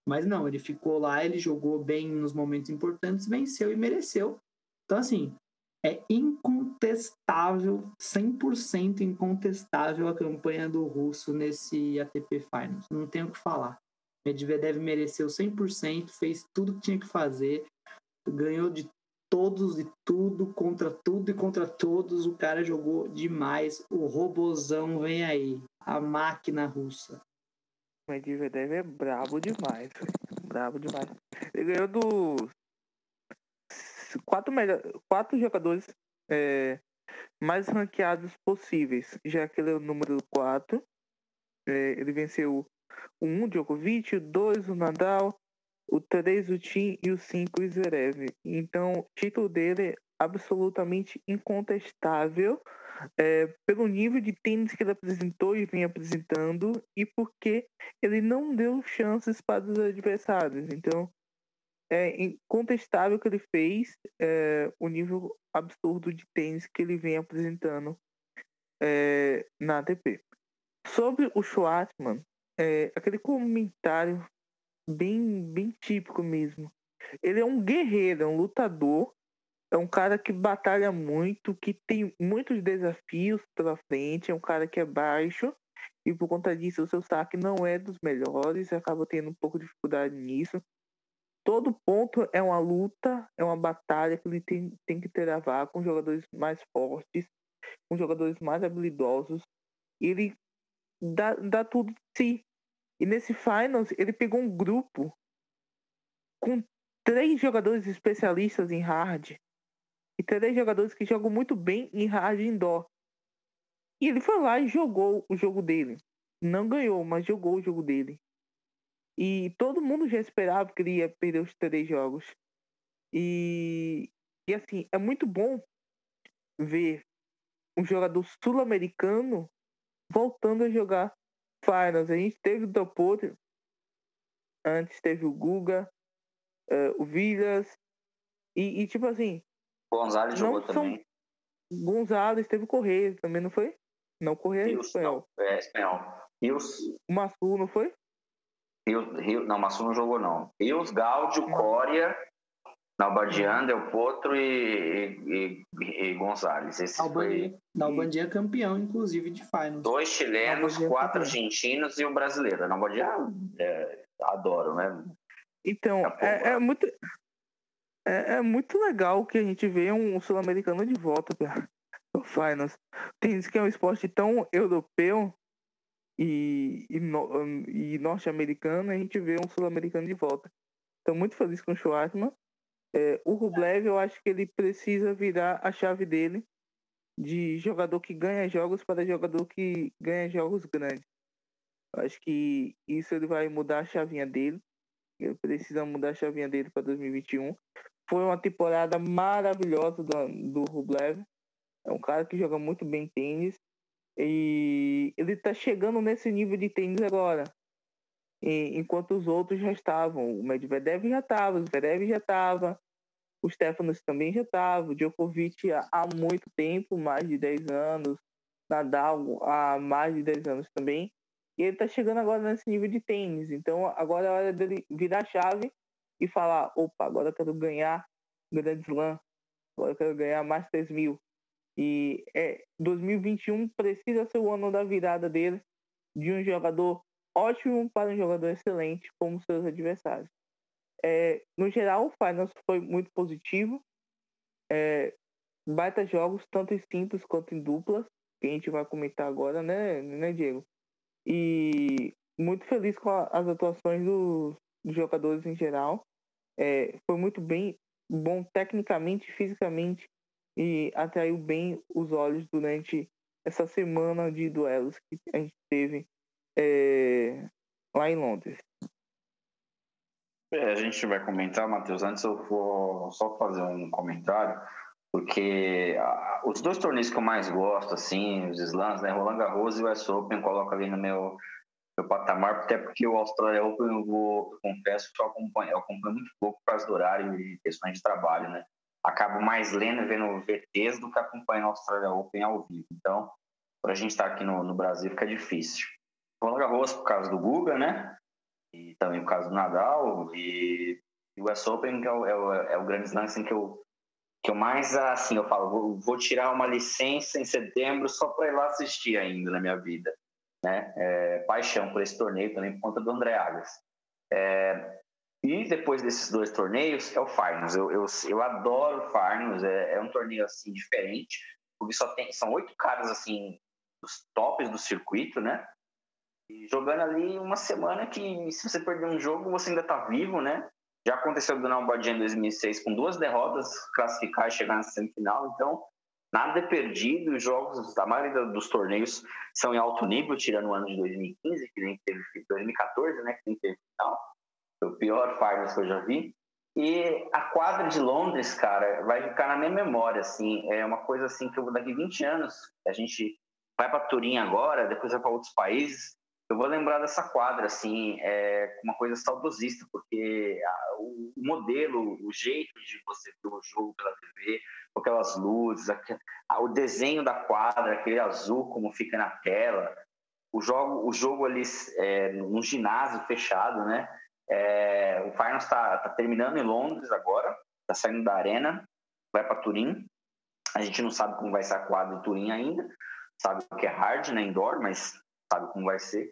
Speaker 2: Mas não, ele ficou lá, ele jogou bem nos momentos importantes, venceu e mereceu. Então, assim, é incontestável, 100% incontestável a campanha do russo nesse ATP Finals. Não tenho o que falar. Medvedev mereceu 100%, fez tudo que tinha que fazer, ganhou de todos e tudo e contra todos. O cara jogou demais. O robozão vem aí, a máquina russa.
Speaker 3: O Medvedev é brabo demais. Brabo demais. Ele ganhou dos 4 jogadores mais ranqueados possíveis, já que ele é o número 4. Ele venceu o 1, Djokovic, o 2, o Nadal, o 3, o Thiem e o 5, o Zverev. Então, o título dele é absolutamente incontestável pelo nível de tênis que ele apresentou e vem apresentando e porque ele não deu chances para os adversários. Então, é incontestável que ele fez o nível absurdo de tênis que ele vem apresentando na ATP. Sobre o Schwartzman, aquele comentário bem típico mesmo. Ele é um guerreiro, é um lutador, é um cara que batalha muito, que tem muitos desafios pela frente, é um cara que é baixo e por conta disso o seu saque não é dos melhores, acaba tendo um pouco de dificuldade nisso. Todo ponto é uma luta, é uma batalha que ele tem que travar com jogadores mais fortes, com jogadores mais habilidosos. E ele dá tudo de si. E nesse Finals, ele pegou um grupo com 3 jogadores especialistas em hard e 3 jogadores que jogam muito bem em hard indoor. E ele foi lá e jogou o jogo dele. Não ganhou, mas jogou o jogo dele. E todo mundo já esperava que ele ia perder os 3 jogos. E assim, é muito bom ver um jogador sul-americano voltando a jogar Finals. A gente teve o Del Potro, antes teve o Guga, o Villas, e tipo assim...
Speaker 1: Gonzalez jogou também.
Speaker 3: Gonzalez, teve o Correia também, não foi? Não, o Correia é espanhol.
Speaker 1: Não, é espanhol. Rios...
Speaker 3: O Massu, não foi?
Speaker 1: Não, o Massu não jogou, não. Rios, Gaudio, Coria, Nalbandian, Del Potro e Gonzalez. Esse foi...
Speaker 2: Nalbandian é campeão, inclusive, de Finals. 2
Speaker 1: chilenos, 4 argentinos e um brasileiro. Nalbandian, adoro, né?
Speaker 3: Então, é muito legal que a gente vê um sul-americano de volta para o Finals. Tênis que é um esporte tão europeu e norte-americano, a gente vê um sul-americano de volta. Estou muito feliz com o Schwartzman. O Rublev, eu acho que ele precisa virar a chave dele de jogador que ganha jogos para jogador que ganha jogos grandes. Eu acho que isso ele vai mudar a chavinha dele. Ele precisa mudar a chavinha dele para 2021. Foi uma temporada maravilhosa do Rublev. É um cara que joga muito bem tênis. E ele está chegando nesse nível de tênis agora. Enquanto os outros já estavam. O Medvedev já estava, o Zverev já estava, o Stefanos também já estava, o Djokovic há muito tempo, mais de 10 anos, Nadal há mais de 10 anos também. E ele está chegando agora nesse nível de tênis. Então agora é a hora dele virar a chave e falar, opa, agora eu quero ganhar Grand Slam, agora eu quero ganhar Masters 1000. E 2021 precisa ser o ano da virada dele, de um jogador ótimo para um jogador excelente como seus adversários. No geral, o Finals foi muito positivo. Baita jogos, tanto em simples quanto em duplas, que a gente vai comentar agora, né, Diego? E muito feliz com as atuações dos jogadores em geral. Foi muito bom tecnicamente, fisicamente, e atraiu bem os olhos durante essa semana de duelos que a gente teve lá em Londres.
Speaker 1: A gente vai comentar, Matheus. Antes eu vou só fazer um comentário, porque os 2 torneios que eu mais gosto, assim, os slams, né, Roland Garros e o US Open, coloco ali no meu patamar, até porque o Australia Open eu confesso que eu acompanho muito pouco por causa do horário e questões de trabalho, né? Acabo mais lendo e vendo VTs do que acompanhando o Australia Open ao vivo. Então, para a gente estar aqui no Brasil fica difícil. Roland Garros por causa do Guga, né? e também por causa do Nadal, e o US Open que é o grande slam assim, que eu mais, assim, eu falo, vou tirar uma licença em setembro só para ir lá assistir ainda na minha vida, né? Paixão por esse torneio também por conta do André Agassi. E depois desses 2 torneios é o Finals. Eu adoro o Finals, é um torneio assim diferente, porque são 8 caras assim dos tops do circuito, né? E jogando ali uma semana que se você perder um jogo você ainda tá vivo, né? Já aconteceu do Nalbandian em 2006 com 2 derrotas, classificar e chegar na semifinal, então nada é perdido. Os jogos, a maioria dos torneios são em alto nível, tirando o ano de 2015, que nem teve 2014, né? Que nem teve final. Foi o pior Finals que eu já vi. E a quadra de Londres, cara, vai ficar na minha memória, assim, é uma coisa assim que daqui 20 anos, a gente vai para Turim agora, depois vai para outros países, eu vou lembrar dessa quadra, assim, uma coisa saudosista, porque o modelo, o jeito de você ver o jogo pela TV, com aquelas luzes, o desenho da quadra, aquele azul como fica na tela, o jogo ali num ginásio fechado, né? O Finals está terminando em Londres agora, está saindo da arena, vai para Turim. A gente não sabe como vai ser a quadra de Turim ainda, sabe que é hard, né, indoor, mas sabe como vai ser.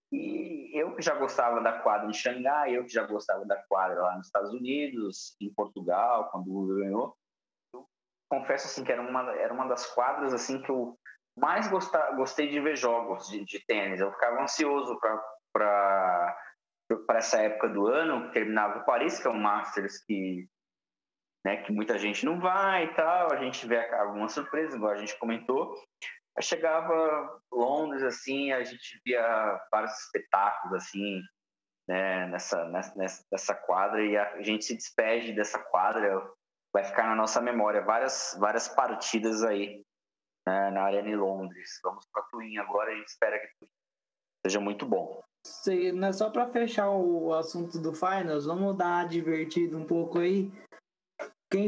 Speaker 1: E eu que já gostava da quadra em Xangai, eu que já gostava da quadra lá nos Estados Unidos, em Portugal, quando o Lula ganhou, eu confesso assim que era uma das quadras assim que eu mais gostei de ver jogos de tênis. Eu ficava ansioso para essa época do ano, terminava o Paris, que é um Masters que muita gente não vai e tal, a gente vê algumas surpresas, igual a gente comentou. Aí chegava Londres, assim, a gente via vários espetáculos, assim, né, nessa quadra, e a gente se despede dessa quadra, vai ficar na nossa memória várias partidas aí, né, na Arena em Londres. Vamos para Turim agora, a gente espera que seja muito bom.
Speaker 2: Só para fechar o assunto do Finals, vamos dar divertido um pouco aí. Quem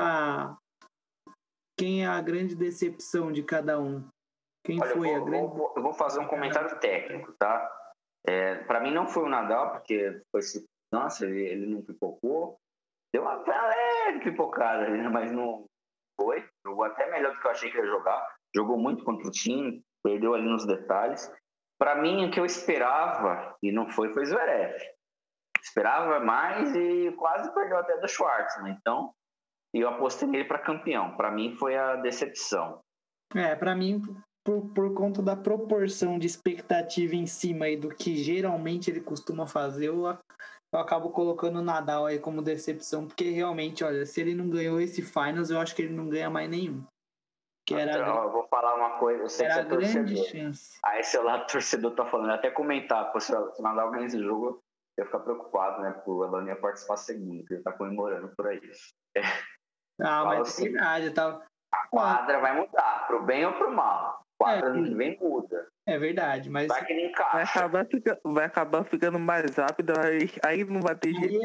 Speaker 2: é a grande decepção de cada um?
Speaker 1: Eu vou fazer um comentário técnico, tá? Para mim não foi o Nadal, porque nossa, ele não pipocou. Deu uma leve pipocada, mas não foi. Jogou até melhor do que eu achei que ia jogar. Jogou muito contra o time, perdeu ali nos detalhes. Para mim, o que eu esperava, e não foi o Zverev. Esperava mais e quase perdeu até do Schwartzman. Então, eu apostei nele para campeão. Para mim, foi a decepção.
Speaker 2: Para mim, por conta da proporção de expectativa em cima aí do que geralmente ele costuma fazer, eu acabo colocando o Nadal aí como decepção, porque realmente, olha, se ele não ganhou esse Finals, eu acho que ele não ganha mais nenhum.
Speaker 1: Eu vou falar uma coisa, eu sei que você é torcedor.
Speaker 2: Chance.
Speaker 1: Aí seu lado torcedor tá falando, até comentar, se o Nadal ganhar esse jogo, eu ia ficar preocupado, né? Porque o Elano ia participar segundo, que ele tá comemorando por aí.
Speaker 2: Mas assim, é verdade, tá.
Speaker 1: A quadra vai mudar, pro bem ou pro mal. A quadra ano que vem muda.
Speaker 2: É verdade, mas...
Speaker 1: Vai que ele encaixa.
Speaker 3: Vai acabar ficando mais rápido, aí não vai ter jeito.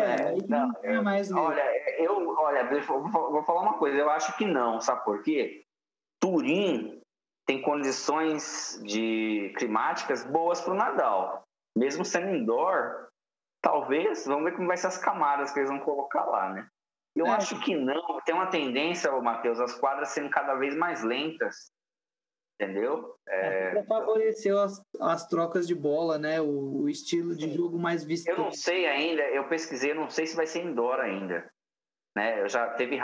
Speaker 1: Olha, vou falar uma coisa, eu acho que não, sabe por quê? Turim tem condições climáticas boas para o Nadal. Mesmo sendo indoor, talvez, vamos ver como vai ser as camadas que eles vão colocar lá, né? Eu acho que não. Tem uma tendência, Matheus, as quadras sendo cada vez mais lentas, entendeu?
Speaker 2: Para favorecer as trocas de bola, né? O estilo de jogo mais vistoso.
Speaker 1: Eu não sei ainda, eu pesquisei, eu não sei se vai ser indoor ainda. Né? Eu já teve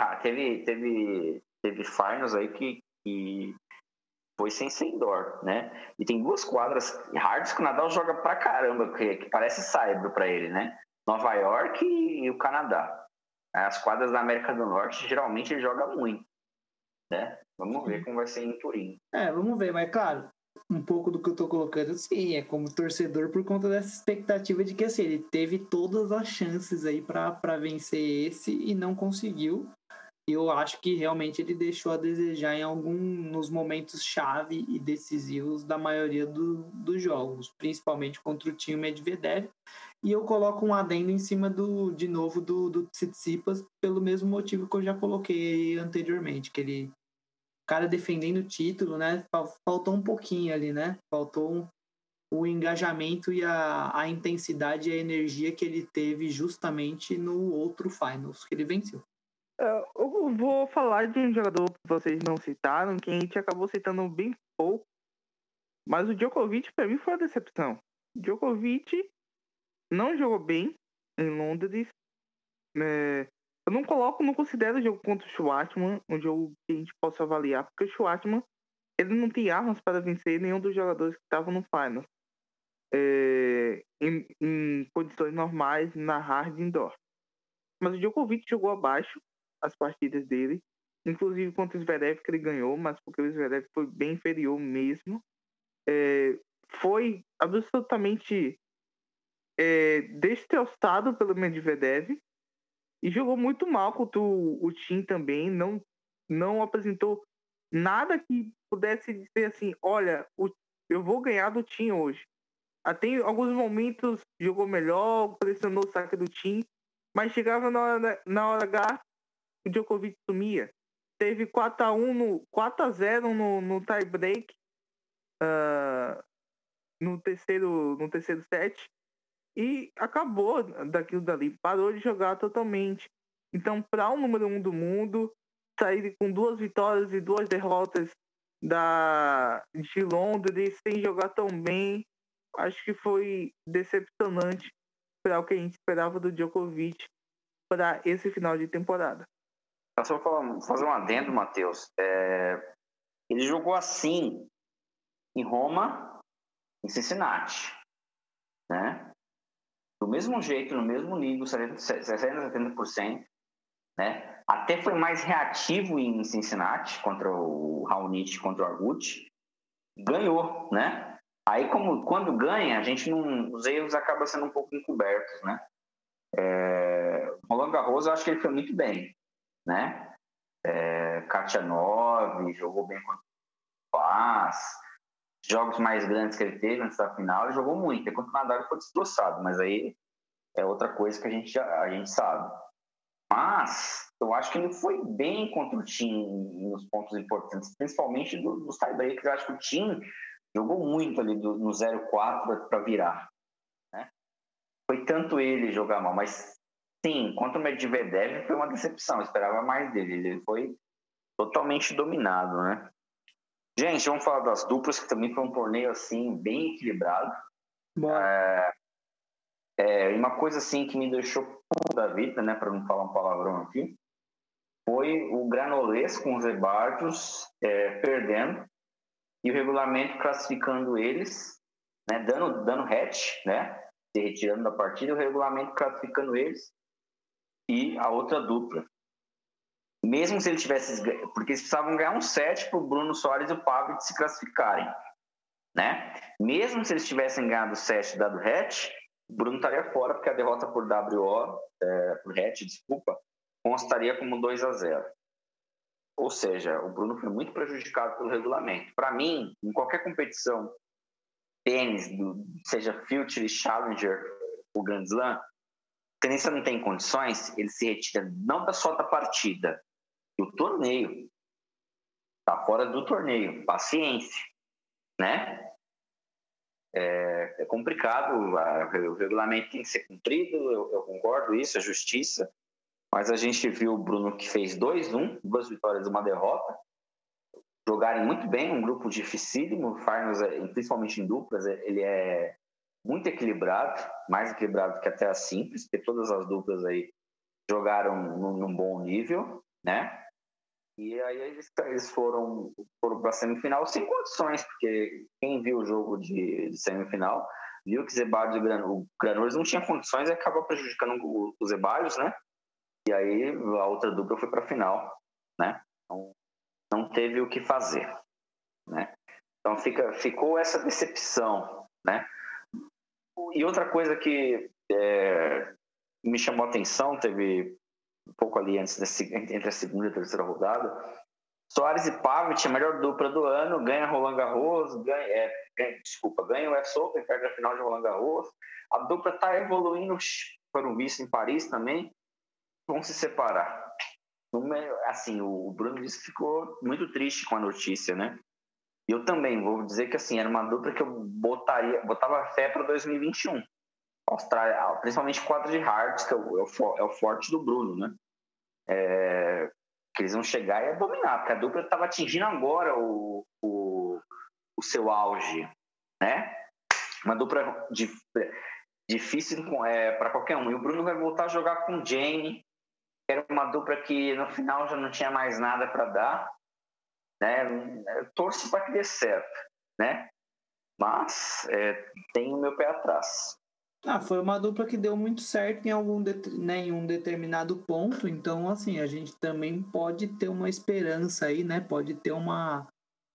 Speaker 1: finals aí que foi sem ser indoor, né? E tem 2 quadras hards que o Nadal joga pra caramba, que parece saibro pra ele, né? Nova York e o Canadá. As quadras da América do Norte, geralmente ele joga muito, né? Vamos ver como vai ser em Turim.
Speaker 2: Vamos ver, mas claro, um pouco do que eu tô colocando, sim, é como torcedor por conta dessa expectativa de que assim, ele teve todas as chances aí para vencer esse e não conseguiu. Eu acho que realmente ele deixou a desejar nos momentos chave e decisivos da maioria dos jogos, principalmente contra o time Medvedev. E eu coloco um adendo em cima do Tsitsipas pelo mesmo motivo que eu já coloquei anteriormente, que ele, cara defendendo o título, né? Faltou um pouquinho ali, né? Faltou o engajamento e a intensidade e a energia que ele teve justamente no outro Finals que ele venceu.
Speaker 3: Eu vou falar de um jogador que vocês não citaram, que a gente acabou citando bem pouco, mas o Djokovic, para mim, foi uma decepção. O Djokovic não jogou bem em Londres. Eu não considero o jogo contra o Schwartzman um jogo que a gente possa avaliar, porque o Schwartzman ele não tem armas para vencer nenhum dos jogadores que estavam no Final. Em condições normais, na hard indoor. Mas o Djokovic jogou abaixo as partidas dele, inclusive contra o Zverev, que ele ganhou, mas porque o Zverev foi bem inferior mesmo. Foi absolutamente destroçado pelo Medvedev e jogou muito mal contra o Thiem também. Não apresentou nada que pudesse dizer assim, olha, eu vou ganhar do Thiem hoje. Até em alguns momentos jogou melhor, pressionou o saque do Thiem, mas chegava na hora H, o Djokovic sumia. Teve 4-0 no tie break no terceiro set e acabou daquilo dali, parou de jogar totalmente. Então, para o número 1 do mundo, sair com 2 vitórias e 2 derrotas de Londres sem jogar tão bem, acho que foi decepcionante para o que a gente esperava do Djokovic para esse final de temporada.
Speaker 1: Só fazer um adendo, Matheus. Ele jogou assim em Roma, em Cincinnati, né? Do mesmo jeito, no mesmo nível, 60-70%, né? Até foi mais reativo em Cincinnati contra o Raonic, contra o Argut, ganhou, né? Aí, quando ganha, os erros acabam sendo um pouco encobertos, né? Roland Garros, eu acho que ele foi muito bem, né? Khachanov jogou bem contra o Paz, jogos mais grandes que ele teve antes da final, ele jogou muito. E contra o Nadal ele foi destroçado, mas aí é outra coisa que a gente sabe. Mas eu acho que ele foi bem contra o Thiem nos pontos importantes, principalmente dos tiebreakers. Eu acho que o Thiem jogou muito ali no 0-4 para virar, né? Foi tanto ele jogar mal, mas sim, contra o Medvedev foi uma decepção. Eu esperava mais dele. Ele foi totalmente dominado, né? Gente, vamos falar das duplas, que também foi um torneio assim bem equilibrado. E uma coisa assim que me deixou puto da vida, né, para não falar um palavrão aqui, foi o Granollers com os Zeballos perdendo e o regulamento classificando eles, né, dando hatch, né, se retirando da partida, o regulamento classificando eles e a outra dupla. Mesmo se ele tivesse, porque eles precisavam ganhar um set para o Bruno Soares e o Pavic se classificarem, né? Mesmo se eles tivessem ganhado o set dado hatch, o Bruno estaria fora, porque a derrota por WO, por hatch, desculpa, constaria como 2-0. Ou seja, o Bruno foi muito prejudicado pelo regulamento. Para mim, em qualquer competição, tênis, seja Future, Challenger ou Grand Slam, o tenista não tem condições, ele se retira não só da partida, do torneio. Tá fora do torneio. Paciência, né? É complicado, o regulamento tem que ser cumprido, eu concordo isso, é justiça, mas a gente viu o Bruno que fez 2-1, 2 vitórias e 1 derrota, jogarem muito bem, um grupo dificílimo, o Finals, principalmente em duplas, ele é muito equilibrado, mais equilibrado que até a simples, porque todas as duplas aí jogaram num bom nível, né? E aí eles foram para a semifinal sem condições, porque quem viu o jogo de semifinal viu que Zeballos e o Granollers não tinha condições e acabou prejudicando os Zeballos, né? E aí a outra dupla foi para a final, né? Então, não teve o que fazer, né? Então ficou essa decepção, né? E outra coisa que me chamou a atenção, teve um pouco ali entre a segunda e a terceira rodada, Soares e Pavic, a melhor dupla do ano, ganha Roland Garros, ganha o US Open, perde a final de Roland Garros. A dupla está evoluindo, foram vistos em Paris também, vão se separar. Assim, o Bruno disse que ficou muito triste com a notícia, né? E eu também vou dizer que assim, era uma dupla que eu botava fé para 2021. Austrália, principalmente o quadro de Hearts, que é o forte do Bruno, né? Que eles vão chegar e abominar, porque a dupla estava atingindo agora o seu auge, né? Uma dupla difícil para qualquer um. E o Bruno vai voltar a jogar com o Jamie, que era uma dupla que no final já não tinha mais nada para dar, né? Eu torço para que dê certo, né? Mas tenho o meu pé atrás.
Speaker 2: Foi uma dupla que deu muito certo em um determinado ponto, então assim, a gente também pode ter uma esperança aí, né? Pode ter uma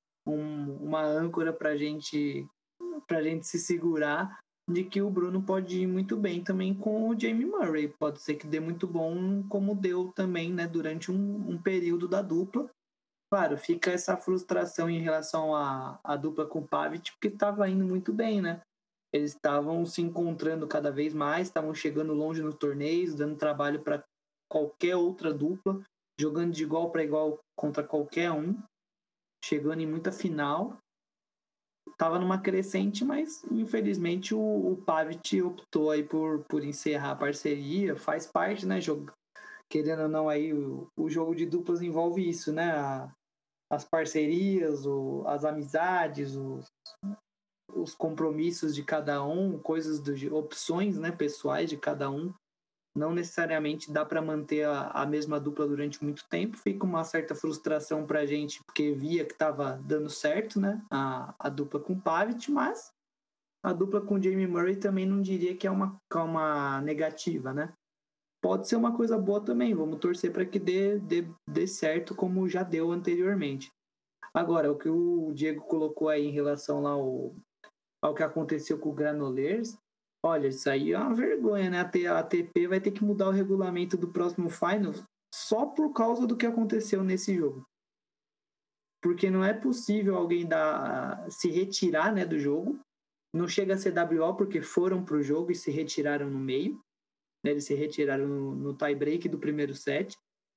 Speaker 2: âncora pra gente se segurar de que o Bruno pode ir muito bem também com o Jamie Murray. Pode ser que dê muito bom, como deu também, né, durante um período da dupla. Claro, fica essa frustração em relação à dupla com o Pavic, porque estava indo muito bem, né? Eles estavam se encontrando cada vez mais, estavam chegando longe nos torneios, dando trabalho para qualquer outra dupla, jogando de igual para igual contra qualquer um, chegando em muita final. Estava numa crescente, mas infelizmente o Pavic optou aí por encerrar a parceria. Faz parte, né? Querendo ou não, aí o jogo de duplas envolve isso, né? As parcerias, as amizades, os compromissos de cada um, opções, né, pessoais de cada um. Não necessariamente dá para manter a mesma dupla durante muito tempo. Fica uma certa frustração para a gente, porque via que estava dando certo, né, a dupla com o Pavic, mas a dupla com o Jamie Murray também não diria que é uma negativa, né? Pode ser uma coisa boa também. Vamos torcer para que dê certo, como já deu anteriormente. Agora, o que o Diego colocou aí em relação lá ao que aconteceu com o Granollers, olha, isso aí é uma vergonha, né? A ATP vai ter que mudar o regulamento do próximo Final só por causa do que aconteceu nesse jogo. Porque não é possível alguém se retirar, né, do jogo. Não chega a ser WO porque foram pro jogo e se retiraram no meio. Né? Eles se retiraram no tie-break do primeiro set.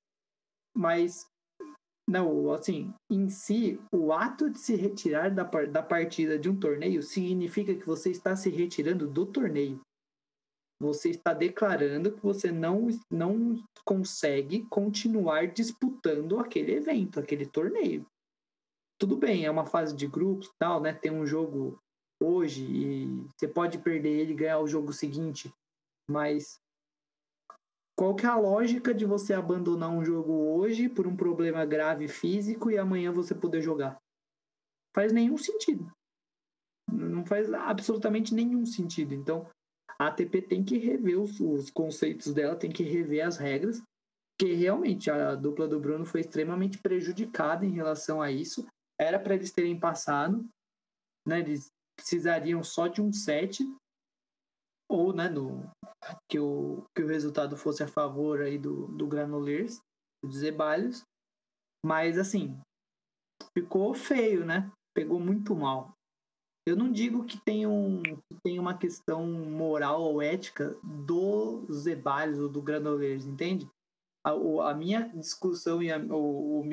Speaker 2: Mas não, assim, em si, o ato de se retirar da partida de um torneio significa que você está se retirando do torneio. Você está declarando que você não consegue continuar disputando aquele evento, aquele torneio. Tudo bem, é uma fase de grupos e tal, né? Tem um jogo hoje e você pode perder ele e ganhar o jogo seguinte, mas qual que é a lógica de você abandonar um jogo hoje por um problema grave físico e amanhã você poder jogar? Faz nenhum sentido. Não faz absolutamente nenhum sentido. Então, a ATP tem que rever os conceitos dela, tem que rever as regras, porque realmente a dupla do Bruno foi extremamente prejudicada em relação a isso. Era para eles terem passado, né? Eles precisariam só de um set, ou, né, que o resultado fosse a favor aí do Granollers, do Zeballos, mas assim, ficou feio, né? Pegou muito mal. Eu não digo que tem uma questão moral ou ética do Zeballos ou do Granollers, entende? A minha discussão e o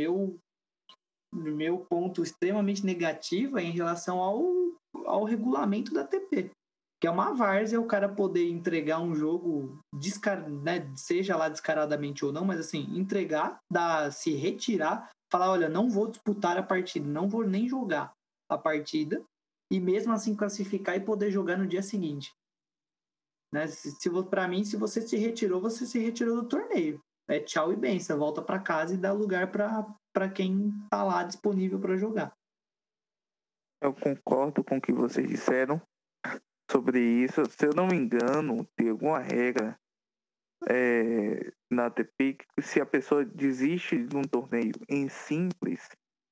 Speaker 2: meu ponto extremamente negativo é em relação ao regulamento da ATP, que é uma várzea o cara poder entregar um jogo, né, seja lá descaradamente ou não, mas assim, entregar, se retirar, falar, olha, não vou disputar a partida, não vou nem jogar a partida, e mesmo assim classificar e poder jogar no dia seguinte. Né? Para mim, se você se retirou do torneio. É tchau e benção, volta para casa e dá lugar para quem tá lá disponível para jogar.
Speaker 3: Eu concordo com o que vocês disseram sobre isso. Se eu não me engano, tem alguma regra na ATP que se a pessoa desiste de um torneio em simples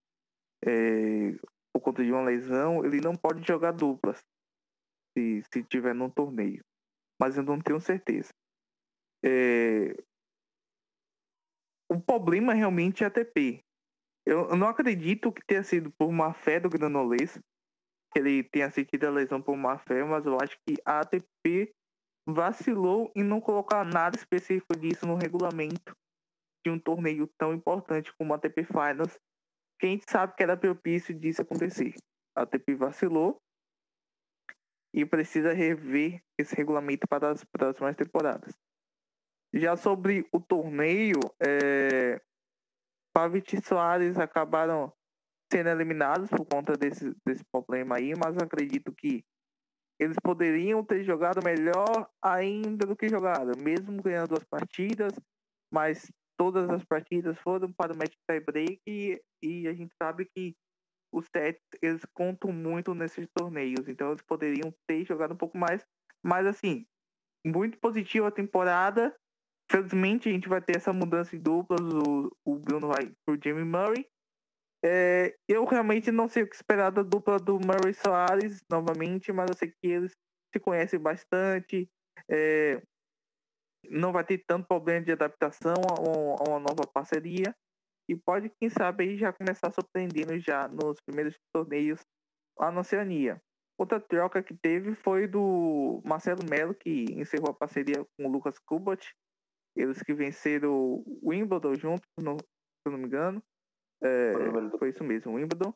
Speaker 3: por conta de uma lesão, ele não pode jogar duplas se tiver num torneio. Mas eu não tenho certeza. O problema realmente é a ATP. Eu não acredito que tenha sido por má fé do Granollers, que ele tenha sentido a lesão por má fé, mas eu acho que a ATP vacilou em não colocar nada específico disso no regulamento de um torneio tão importante como a ATP Finals, que a gente sabe que era propício disso acontecer. A ATP vacilou e precisa rever esse regulamento para as próximas temporadas. Já sobre o torneio, Pavic e Soares acabaram sendo eliminados por conta desse problema aí, mas eu acredito que eles poderiam ter jogado melhor ainda do que jogaram, mesmo ganhando as partidas, mas todas as partidas foram para o match tie-break e a gente sabe que os sets, eles contam muito nesses torneios, então eles poderiam ter jogado um pouco mais, mas assim, muito positiva a temporada. Felizmente a gente vai ter essa mudança de duplas, o Bruno vai pro Jamie Murray. Eu realmente não sei o que esperar da dupla do Murray e Soares novamente, mas eu sei que eles se conhecem bastante, não vai ter tanto problema de adaptação a uma nova parceria e pode, quem sabe, aí já começar surpreendendo já nos primeiros torneios lá na Oceania. Outra troca que teve foi do Marcelo Melo, que encerrou a parceria com o Lucas Kubot, eles que venceram o Wimbledon juntos, se eu não me engano. Foi isso mesmo, Wimbledon.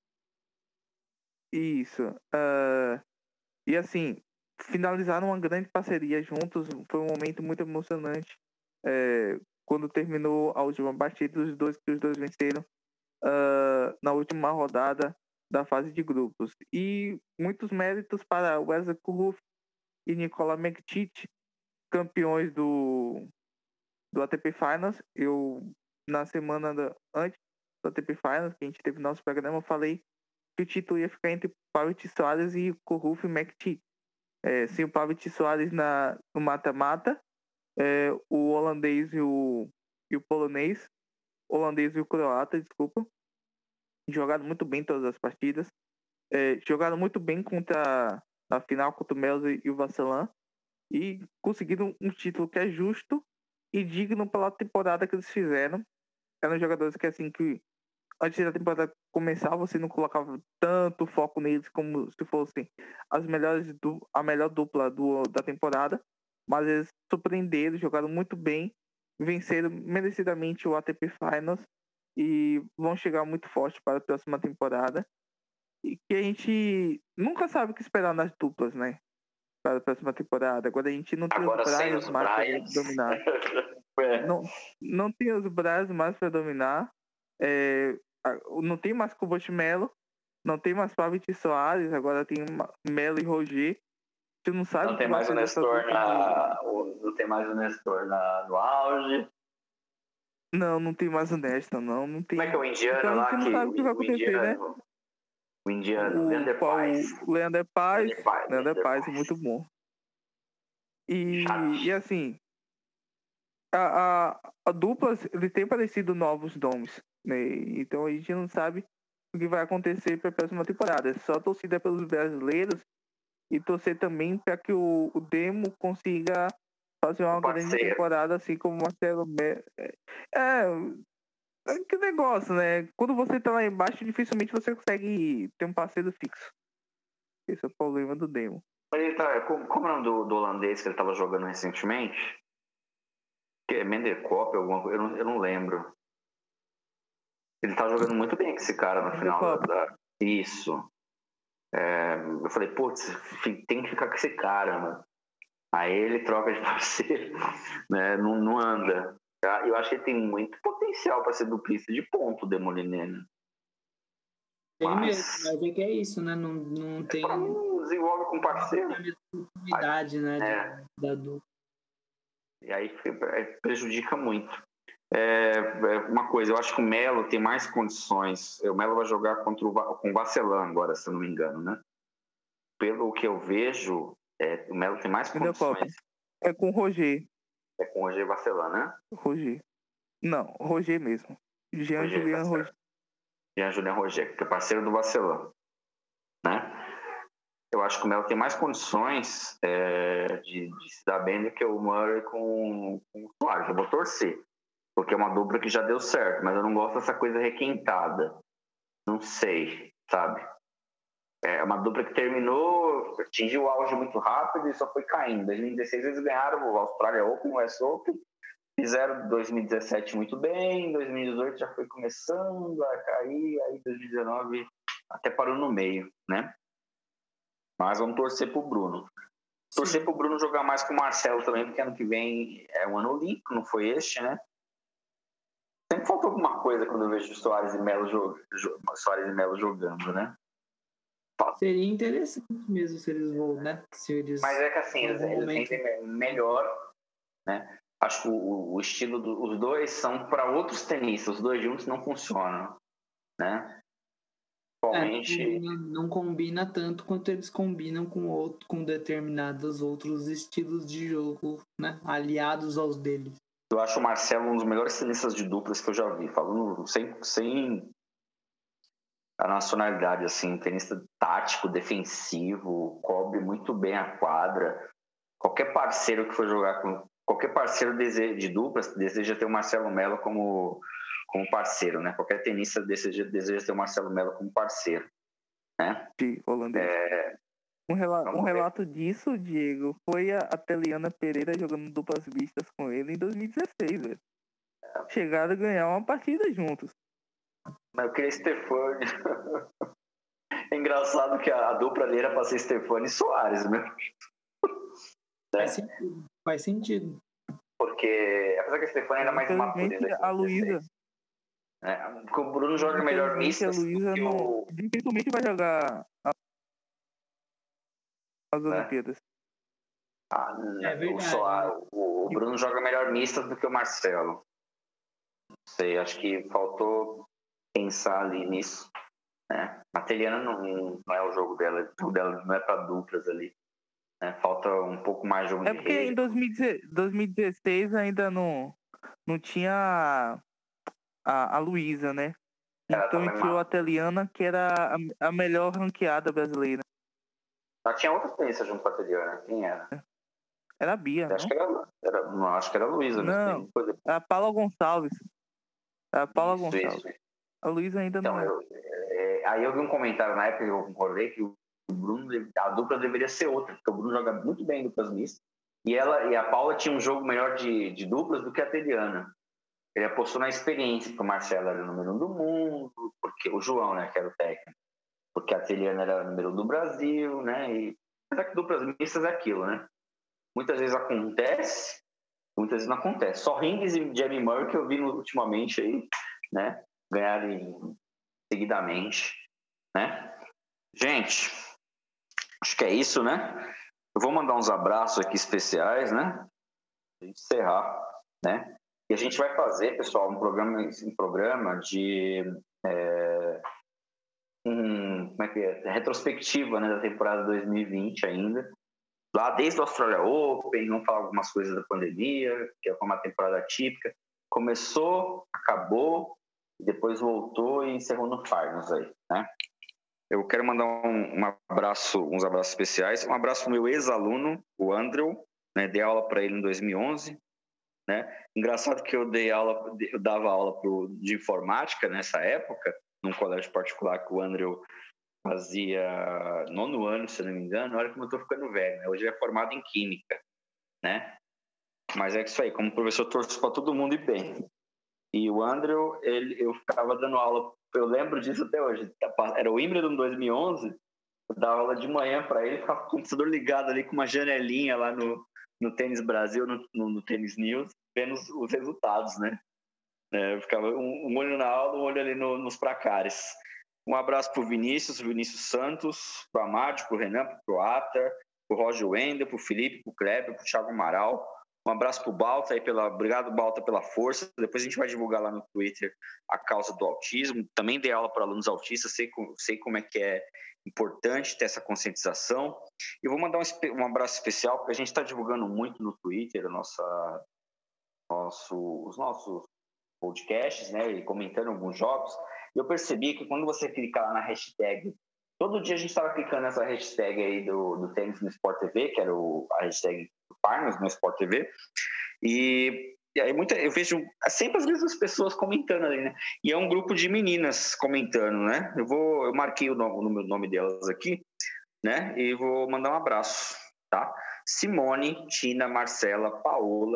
Speaker 3: Isso. E assim, finalizaram uma grande parceria juntos. Foi um momento muito emocionante. Quando terminou a última partida, os dois venceram na última rodada da fase de grupos. E muitos méritos para Wesley Koolhof e Nicola Mektic, campeões do ATP Finals. Eu, na semana antes do ATP Finals, que a gente teve nosso programa, eu falei que o título ia ficar entre Pavic Soares e Koolhof e Mektic. Sem o Pavic Soares no mata-mata, o holandês e o polonês, o holandês e o croata, desculpa, jogaram muito bem todas as partidas, jogaram muito bem na final contra o Mels e o Vasselan, e conseguiram um título que é justo e digno pela temporada que eles fizeram. Eram jogadores que, assim, que antes da temporada começar, você não colocava tanto foco neles como se fossem a melhor dupla da temporada, mas eles surpreenderam, jogaram muito bem, venceram merecidamente o ATP Finals e vão chegar muito forte para a próxima temporada. E que a gente nunca sabe o que esperar nas duplas, né? Para a próxima temporada. Agora a gente não tem os Bryans mais para dominar. Não tem os Bryans mais para dominar. Não tem mais Kubot Melo, não tem mais Pavic e Soares, agora tem Melo e Roger. Você não sabe.
Speaker 1: Não tem mais o Nestor não tem mais o Nestor no auge.
Speaker 3: Não tem mais o Nestor, não tem.
Speaker 1: Como é que é o indiano
Speaker 3: então,
Speaker 1: lá?
Speaker 3: A gente não sabe o que vai acontecer, né?
Speaker 1: O indiano, Leander Paes.
Speaker 3: Leander Paes, muito bom. E assim, a dupla, ele tem parecido novos nomes, né? Então a gente não sabe o que vai acontecer para a próxima temporada. É só torcida pelos brasileiros e torcer também para que o Demo consiga fazer uma grande temporada, assim como o Marcelo. Que negócio, né? Quando você tá lá embaixo, dificilmente você consegue ter um parceiro fixo. Esse é o problema do Demo.
Speaker 1: Ele tá, como é o nome do holandês que ele tava jogando recentemente? Que é Menderkop, alguma coisa, eu não lembro. Ele tá jogando muito bem com esse cara no final Isso. Eu falei, putz, tem que ficar com esse cara, mano. Aí ele troca de parceiro, né? Não anda. Eu acho que ele tem muito potencial para ser duplista de ponto, Demoliné, né?
Speaker 2: Tem mesmo, mas é que é isso, né? Não tem.
Speaker 1: Não desenvolve com parceiro.
Speaker 2: Oportunidade, né? Da dupla.
Speaker 1: E aí prejudica muito. Uma coisa, eu acho que o Melo tem mais condições. O Melo vai jogar com o Vasselan agora, se eu não me engano, né? Pelo que eu vejo, o Melo tem mais condições.
Speaker 3: É com o Roger.
Speaker 1: É com o Roger Vasselan, né?
Speaker 3: Roger. Não, Roger mesmo. Jean-Julien Roger.
Speaker 1: Jean-Julien Roger, que é parceiro do Vasselan, né? Eu acho que o Melo tem mais condições de se dar bem do que o Murray com o Soares. Eu vou torcer, porque é uma dupla que já deu certo, mas eu não gosto dessa coisa requentada. Não sei, sabe? É uma dupla que terminou, atingiu o auge muito rápido e só foi caindo. Em 2016 eles ganharam o Australia Open, o US Open, Fizeram 2017 muito bem, 2018 já foi começando a cair, aí 2019 até parou no meio, né? Mas vamos torcer pro Bruno. Torcer pro Bruno jogar mais com o Marcelo também, porque ano que vem é um ano olímpico, não foi este, né? Sempre falta alguma coisa quando eu vejo o Soares e Melo jogando, né?
Speaker 2: Seria interessante mesmo se eles vão, né?
Speaker 1: Mas é que assim, eles entendem melhor, né? Acho que o estilo os dois são para outros tenistas, os dois juntos não funcionam, né? Atualmente...
Speaker 2: não combina tanto quanto eles combinam com determinados outros estilos de jogo, né? Aliados aos deles.
Speaker 1: Eu acho o Marcelo um dos melhores tenistas de duplas que eu já vi, falando sem a nacionalidade, assim, tenista tático, defensivo, cobre muito bem a quadra. Qualquer parceiro que for jogar com... Qualquer parceiro de duplas deseja ter o Marcelo Melo como parceiro, né? Qualquer tenista deseja ter o Marcelo Melo como parceiro, né?
Speaker 3: De holandês. Um relato disso, Diego, foi a Teliana Pereira jogando duplas mistas com ele em 2016, velho. Chegaram a ganhar uma partida juntos.
Speaker 1: Mas eu queria Stefani. É engraçado que a dupla ali era pra ser Stefani e Soares, né?
Speaker 2: Faz sentido.
Speaker 1: Porque, apesar que a Stefani era mais imatura.
Speaker 3: A Luísa.
Speaker 1: Porque o Bruno joga melhor mistas do que o...
Speaker 3: Dificilmente vai jogar as Olimpíadas.
Speaker 2: É verdade.
Speaker 1: O Bruno joga melhor mistas do que o Marcelo. Não sei, acho que faltou pensar ali nisso, né? A Teliana não é o jogo dela não é para duplas ali, né? Falta um pouco mais de jogo de rede.
Speaker 3: Porque em 2016 ainda não tinha a Luísa, né? Então entrou a Teliana, que era a melhor ranqueada brasileira.
Speaker 1: Mas tinha outra tenistas junto com a Teliana. Quem era?
Speaker 3: Era a Bia,
Speaker 1: acho que era a Luísa.
Speaker 3: Não, a Paula Gonçalves.
Speaker 1: Isso.
Speaker 3: A Luísa ainda
Speaker 1: então,
Speaker 3: não é.
Speaker 1: Aí eu vi um comentário na época que eu concordei que o Bruno, a dupla deveria ser outra, porque o Bruno joga muito bem em duplas mistas. E a Paula tinha um jogo melhor de duplas do que a Teliana. Ele apostou na experiência, porque o Marcelo era o número 1 do mundo, porque o João, né, que era o técnico, porque a Teliana era o número 1 do Brasil, né? E apesar que duplas mistas é aquilo, né? Muitas vezes acontece, muitas vezes não acontece. Só Hingis e Jamie Murray que eu vi ultimamente aí, né? Ganharem seguidamente, né? Gente, acho que é isso, né? Eu vou mandar uns abraços aqui especiais, né? Pra gente encerrar, né? E a gente vai fazer, pessoal, um programa de como é que é? Retrospectiva, né, da temporada 2020 ainda. Lá desde o Australia Open, vamos falar algumas coisas da pandemia, que é uma temporada atípica. Começou, acabou, depois voltou e encerrou no Finals aí, né? Eu quero mandar uns abraços especiais. Um abraço para o meu ex-aluno, o Andrew, né? Dei aula para ele em 2011, né? Engraçado que eu dava aula de informática nessa época, num colégio particular que o Andrew fazia 9º ano, se não me engano. Olha como eu estou ficando velho, né? Hoje ele é formado em Química, né? Mas é isso aí, como professor, torço para todo mundo ir bem. E o Andrew, eu ficava dando aula, eu lembro disso até hoje, era o Wimbledon 2011, eu dava aula de manhã para ele, ficava com o computador ligado ali com uma janelinha lá no Tênis Brasil, no Tênis News, vendo os resultados, né? Eu ficava um olho na aula, um olho ali nos placares. Um abraço para o Vinícius Santos, para o Amado, para o Renan, para o Croata, para o Roger Wendel, para o Felipe, para o Kleber, para o Thiago Amaral. Um abraço para o Balta, obrigado, Balta, pela força. Depois a gente vai divulgar lá no Twitter a causa do autismo. Também dei aula para alunos autistas, sei como é que é importante ter essa conscientização. E vou mandar um abraço especial, porque a gente está divulgando muito no Twitter os nossos podcasts, né, e comentando alguns jogos. Eu percebi que quando você clicar lá na hashtag, todo dia a gente estava clicando nessa hashtag aí do Tênis no Sport TV, que era a hashtag do Finals no Sport TV, e aí eu vejo sempre as mesmas pessoas comentando ali, né? E é um grupo de meninas comentando, né? Eu marquei o nome delas aqui, né? E vou mandar um abraço, tá? Simone, Tina, Marcela, Paola,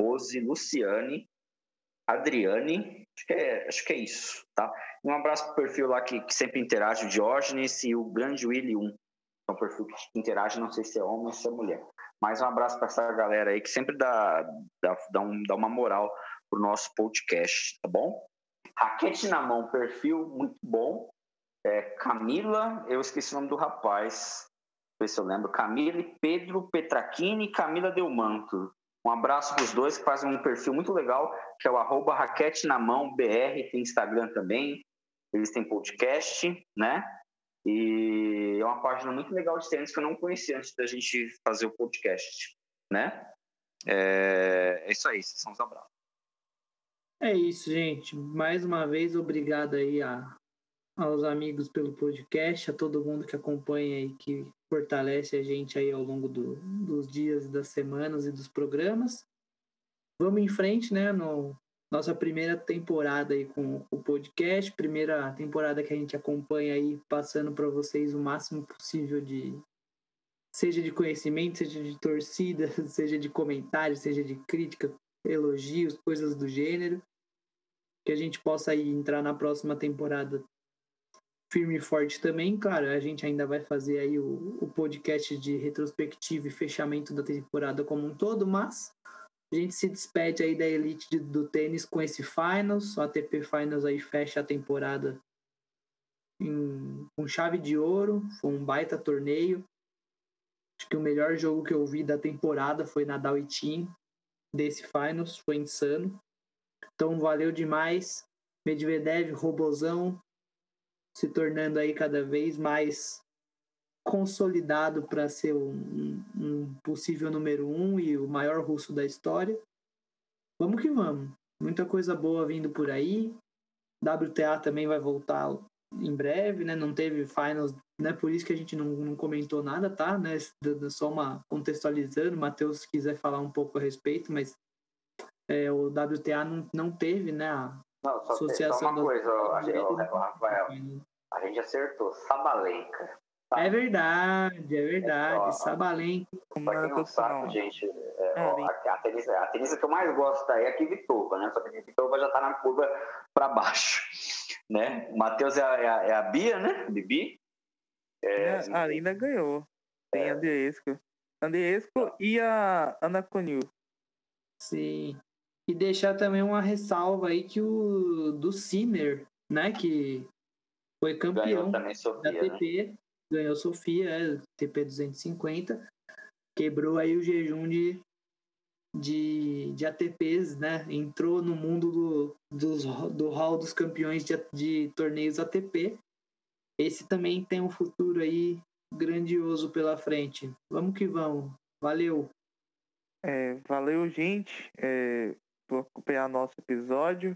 Speaker 1: Rose, Luciane, Adriane, acho que é isso, tá? Um abraço pro perfil lá que sempre interage, o Diógenes e o Grande Willy 1. É um perfil que interage, não sei se é homem ou se é mulher. Mas um abraço para essa galera aí que sempre dá uma moral pro nosso podcast, tá bom? Raquete na mão, perfil muito bom. Camila, eu esqueci o nome do rapaz, ver se eu lembro. Camila e Pedro Petrachini e Camila Delmanto. Um abraço para os dois que fazem um perfil muito legal, que é o @raquetenamãobr, tem Instagram também, eles têm podcast, né? E é uma página muito legal de tênis que eu não conhecia antes da gente fazer o podcast, né? É isso aí, esses são os abraços.
Speaker 2: É isso, gente. Mais uma vez, obrigado aí aos amigos pelo podcast, a todo mundo que acompanha e que fortalece a gente aí ao longo dos dias, das semanas e dos programas. Vamos em frente, né? Nossa primeira temporada aí com o podcast, primeira temporada que a gente acompanha aí, passando para vocês o máximo possível seja de conhecimento, seja de torcida, seja de comentários, seja de crítica, elogios, coisas do gênero, que a gente possa aí entrar na próxima temporada firme e forte também. Claro, a gente ainda vai fazer aí o podcast de retrospectiva e fechamento da temporada como um todo, mas a gente se despede aí da elite do tênis com esse Finals. O ATP Finals aí fecha a temporada com chave de ouro. Foi um baita torneio. Acho que o melhor jogo que eu vi da temporada foi Nadal e Thiem desse Finals. Foi insano. Então valeu demais. Medvedev, robozão, se tornando aí cada vez mais consolidado para ser um possível número 1 e o maior russo da história. Vamos que vamos. Muita coisa boa vindo por aí. WTA também vai voltar em breve, né? Não teve finals, né? Por isso que a gente não comentou nada, tá? Né? Só contextualizando. O Matheus quiser falar um pouco a respeito, mas o WTA não teve, né?
Speaker 1: Não, só uma coisa, Rafael. A gente acertou. Sabalenka.
Speaker 2: É verdade. Sabalenka.
Speaker 1: Pra quem não sabe, gente, a tenista que eu mais gosto aí é a Kvitova, né? Só que a Kvitova já tá na curva pra baixo, né? O Matheus é a Bia, né? Bibi.
Speaker 3: A Arina ganhou. Tem a Andreescu e a Ana Konjuh.
Speaker 2: Sim. E deixar também uma ressalva aí que o do Sinner, né? Que foi campeão da ATP, né? Ganhou Sofia, ATP 250, quebrou aí o jejum de ATPs, né? Entrou no mundo do hall dos campeões de torneios ATP. Esse também tem um futuro aí grandioso pela frente. Vamos que vamos. Valeu.
Speaker 3: Valeu, gente, por acompanhar nosso episódio.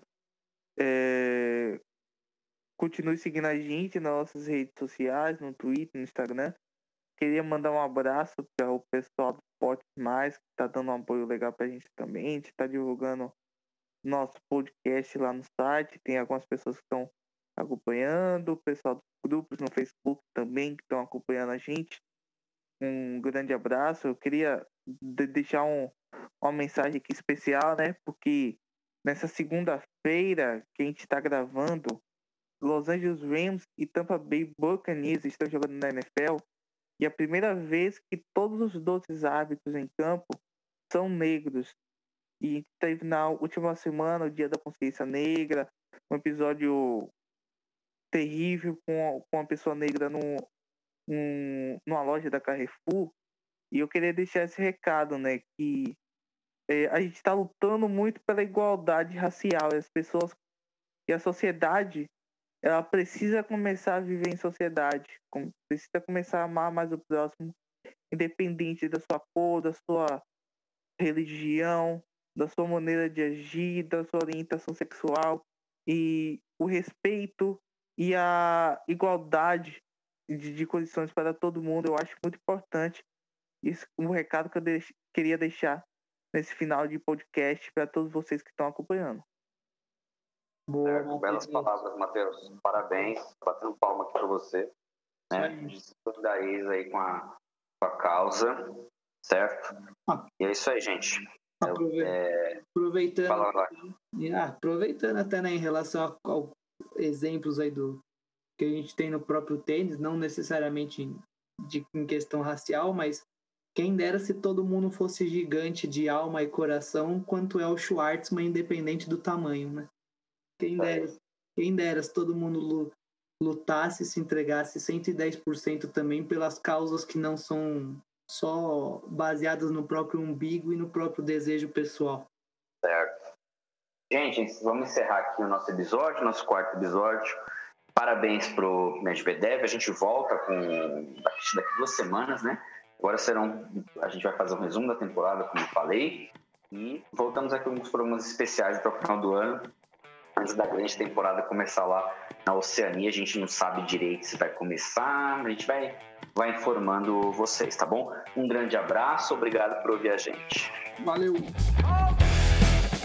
Speaker 3: Continue seguindo a gente nas nossas redes sociais, no Twitter, no Instagram. Queria mandar um abraço para o pessoal do Potes Mais, que está dando um apoio legal para a gente também. A gente está divulgando nosso podcast lá no site. Tem algumas pessoas que estão acompanhando, o pessoal dos grupos no Facebook também que estão acompanhando a gente. Um grande abraço. Eu queria deixar uma mensagem aqui especial, né? Porque nessa segunda-feira que a gente está gravando, Los Angeles Rams e Tampa Bay Buccaneers estão jogando na NFL. E a primeira vez que todos os 12 árbitros em campo são negros. E teve na última semana, o Dia da Consciência Negra, um episódio terrível com uma pessoa negra numa loja da Carrefour. E eu queria deixar esse recado, né? Que a gente está lutando muito pela igualdade racial. E as pessoas e a sociedade, ela precisa começar a viver em sociedade. Precisa começar a amar mais o próximo, independente da sua cor, da sua religião, da sua maneira de agir, da sua orientação sexual. E o respeito e a igualdade de condições para todo mundo, eu acho muito importante. Isso é um recado que eu queria deixar nesse final de podcast para todos vocês que estão acompanhando.
Speaker 1: Boa, belas palavras, Matheus. Parabéns. Batendo palma aqui para você. Né? De se solidarizar aí com a causa, certo? E é isso aí, gente.
Speaker 2: Aproveitando até, né, em relação ao exemplos aí que a gente tem no próprio tênis, não necessariamente em questão racial, mas quem dera se todo mundo fosse gigante de alma e coração, quanto é o Schwartzman, independente do tamanho, né? Quem dera se todo mundo lutasse, se entregasse 110% também pelas causas que não são só baseadas no próprio umbigo e no próprio desejo pessoal.
Speaker 1: Certo. Gente, vamos encerrar aqui o nosso episódio, nosso quarto episódio. Parabéns pro Medvedev. A gente volta daqui 2 semanas, né? Agora a gente vai fazer um resumo da temporada, como eu falei, e voltamos aqui com uns programas especiais até o final do ano, antes da grande temporada começar lá na Oceania. A gente não sabe direito se vai começar, a gente vai informando vocês, tá bom? Um grande abraço, obrigado por ouvir a gente.
Speaker 2: Valeu!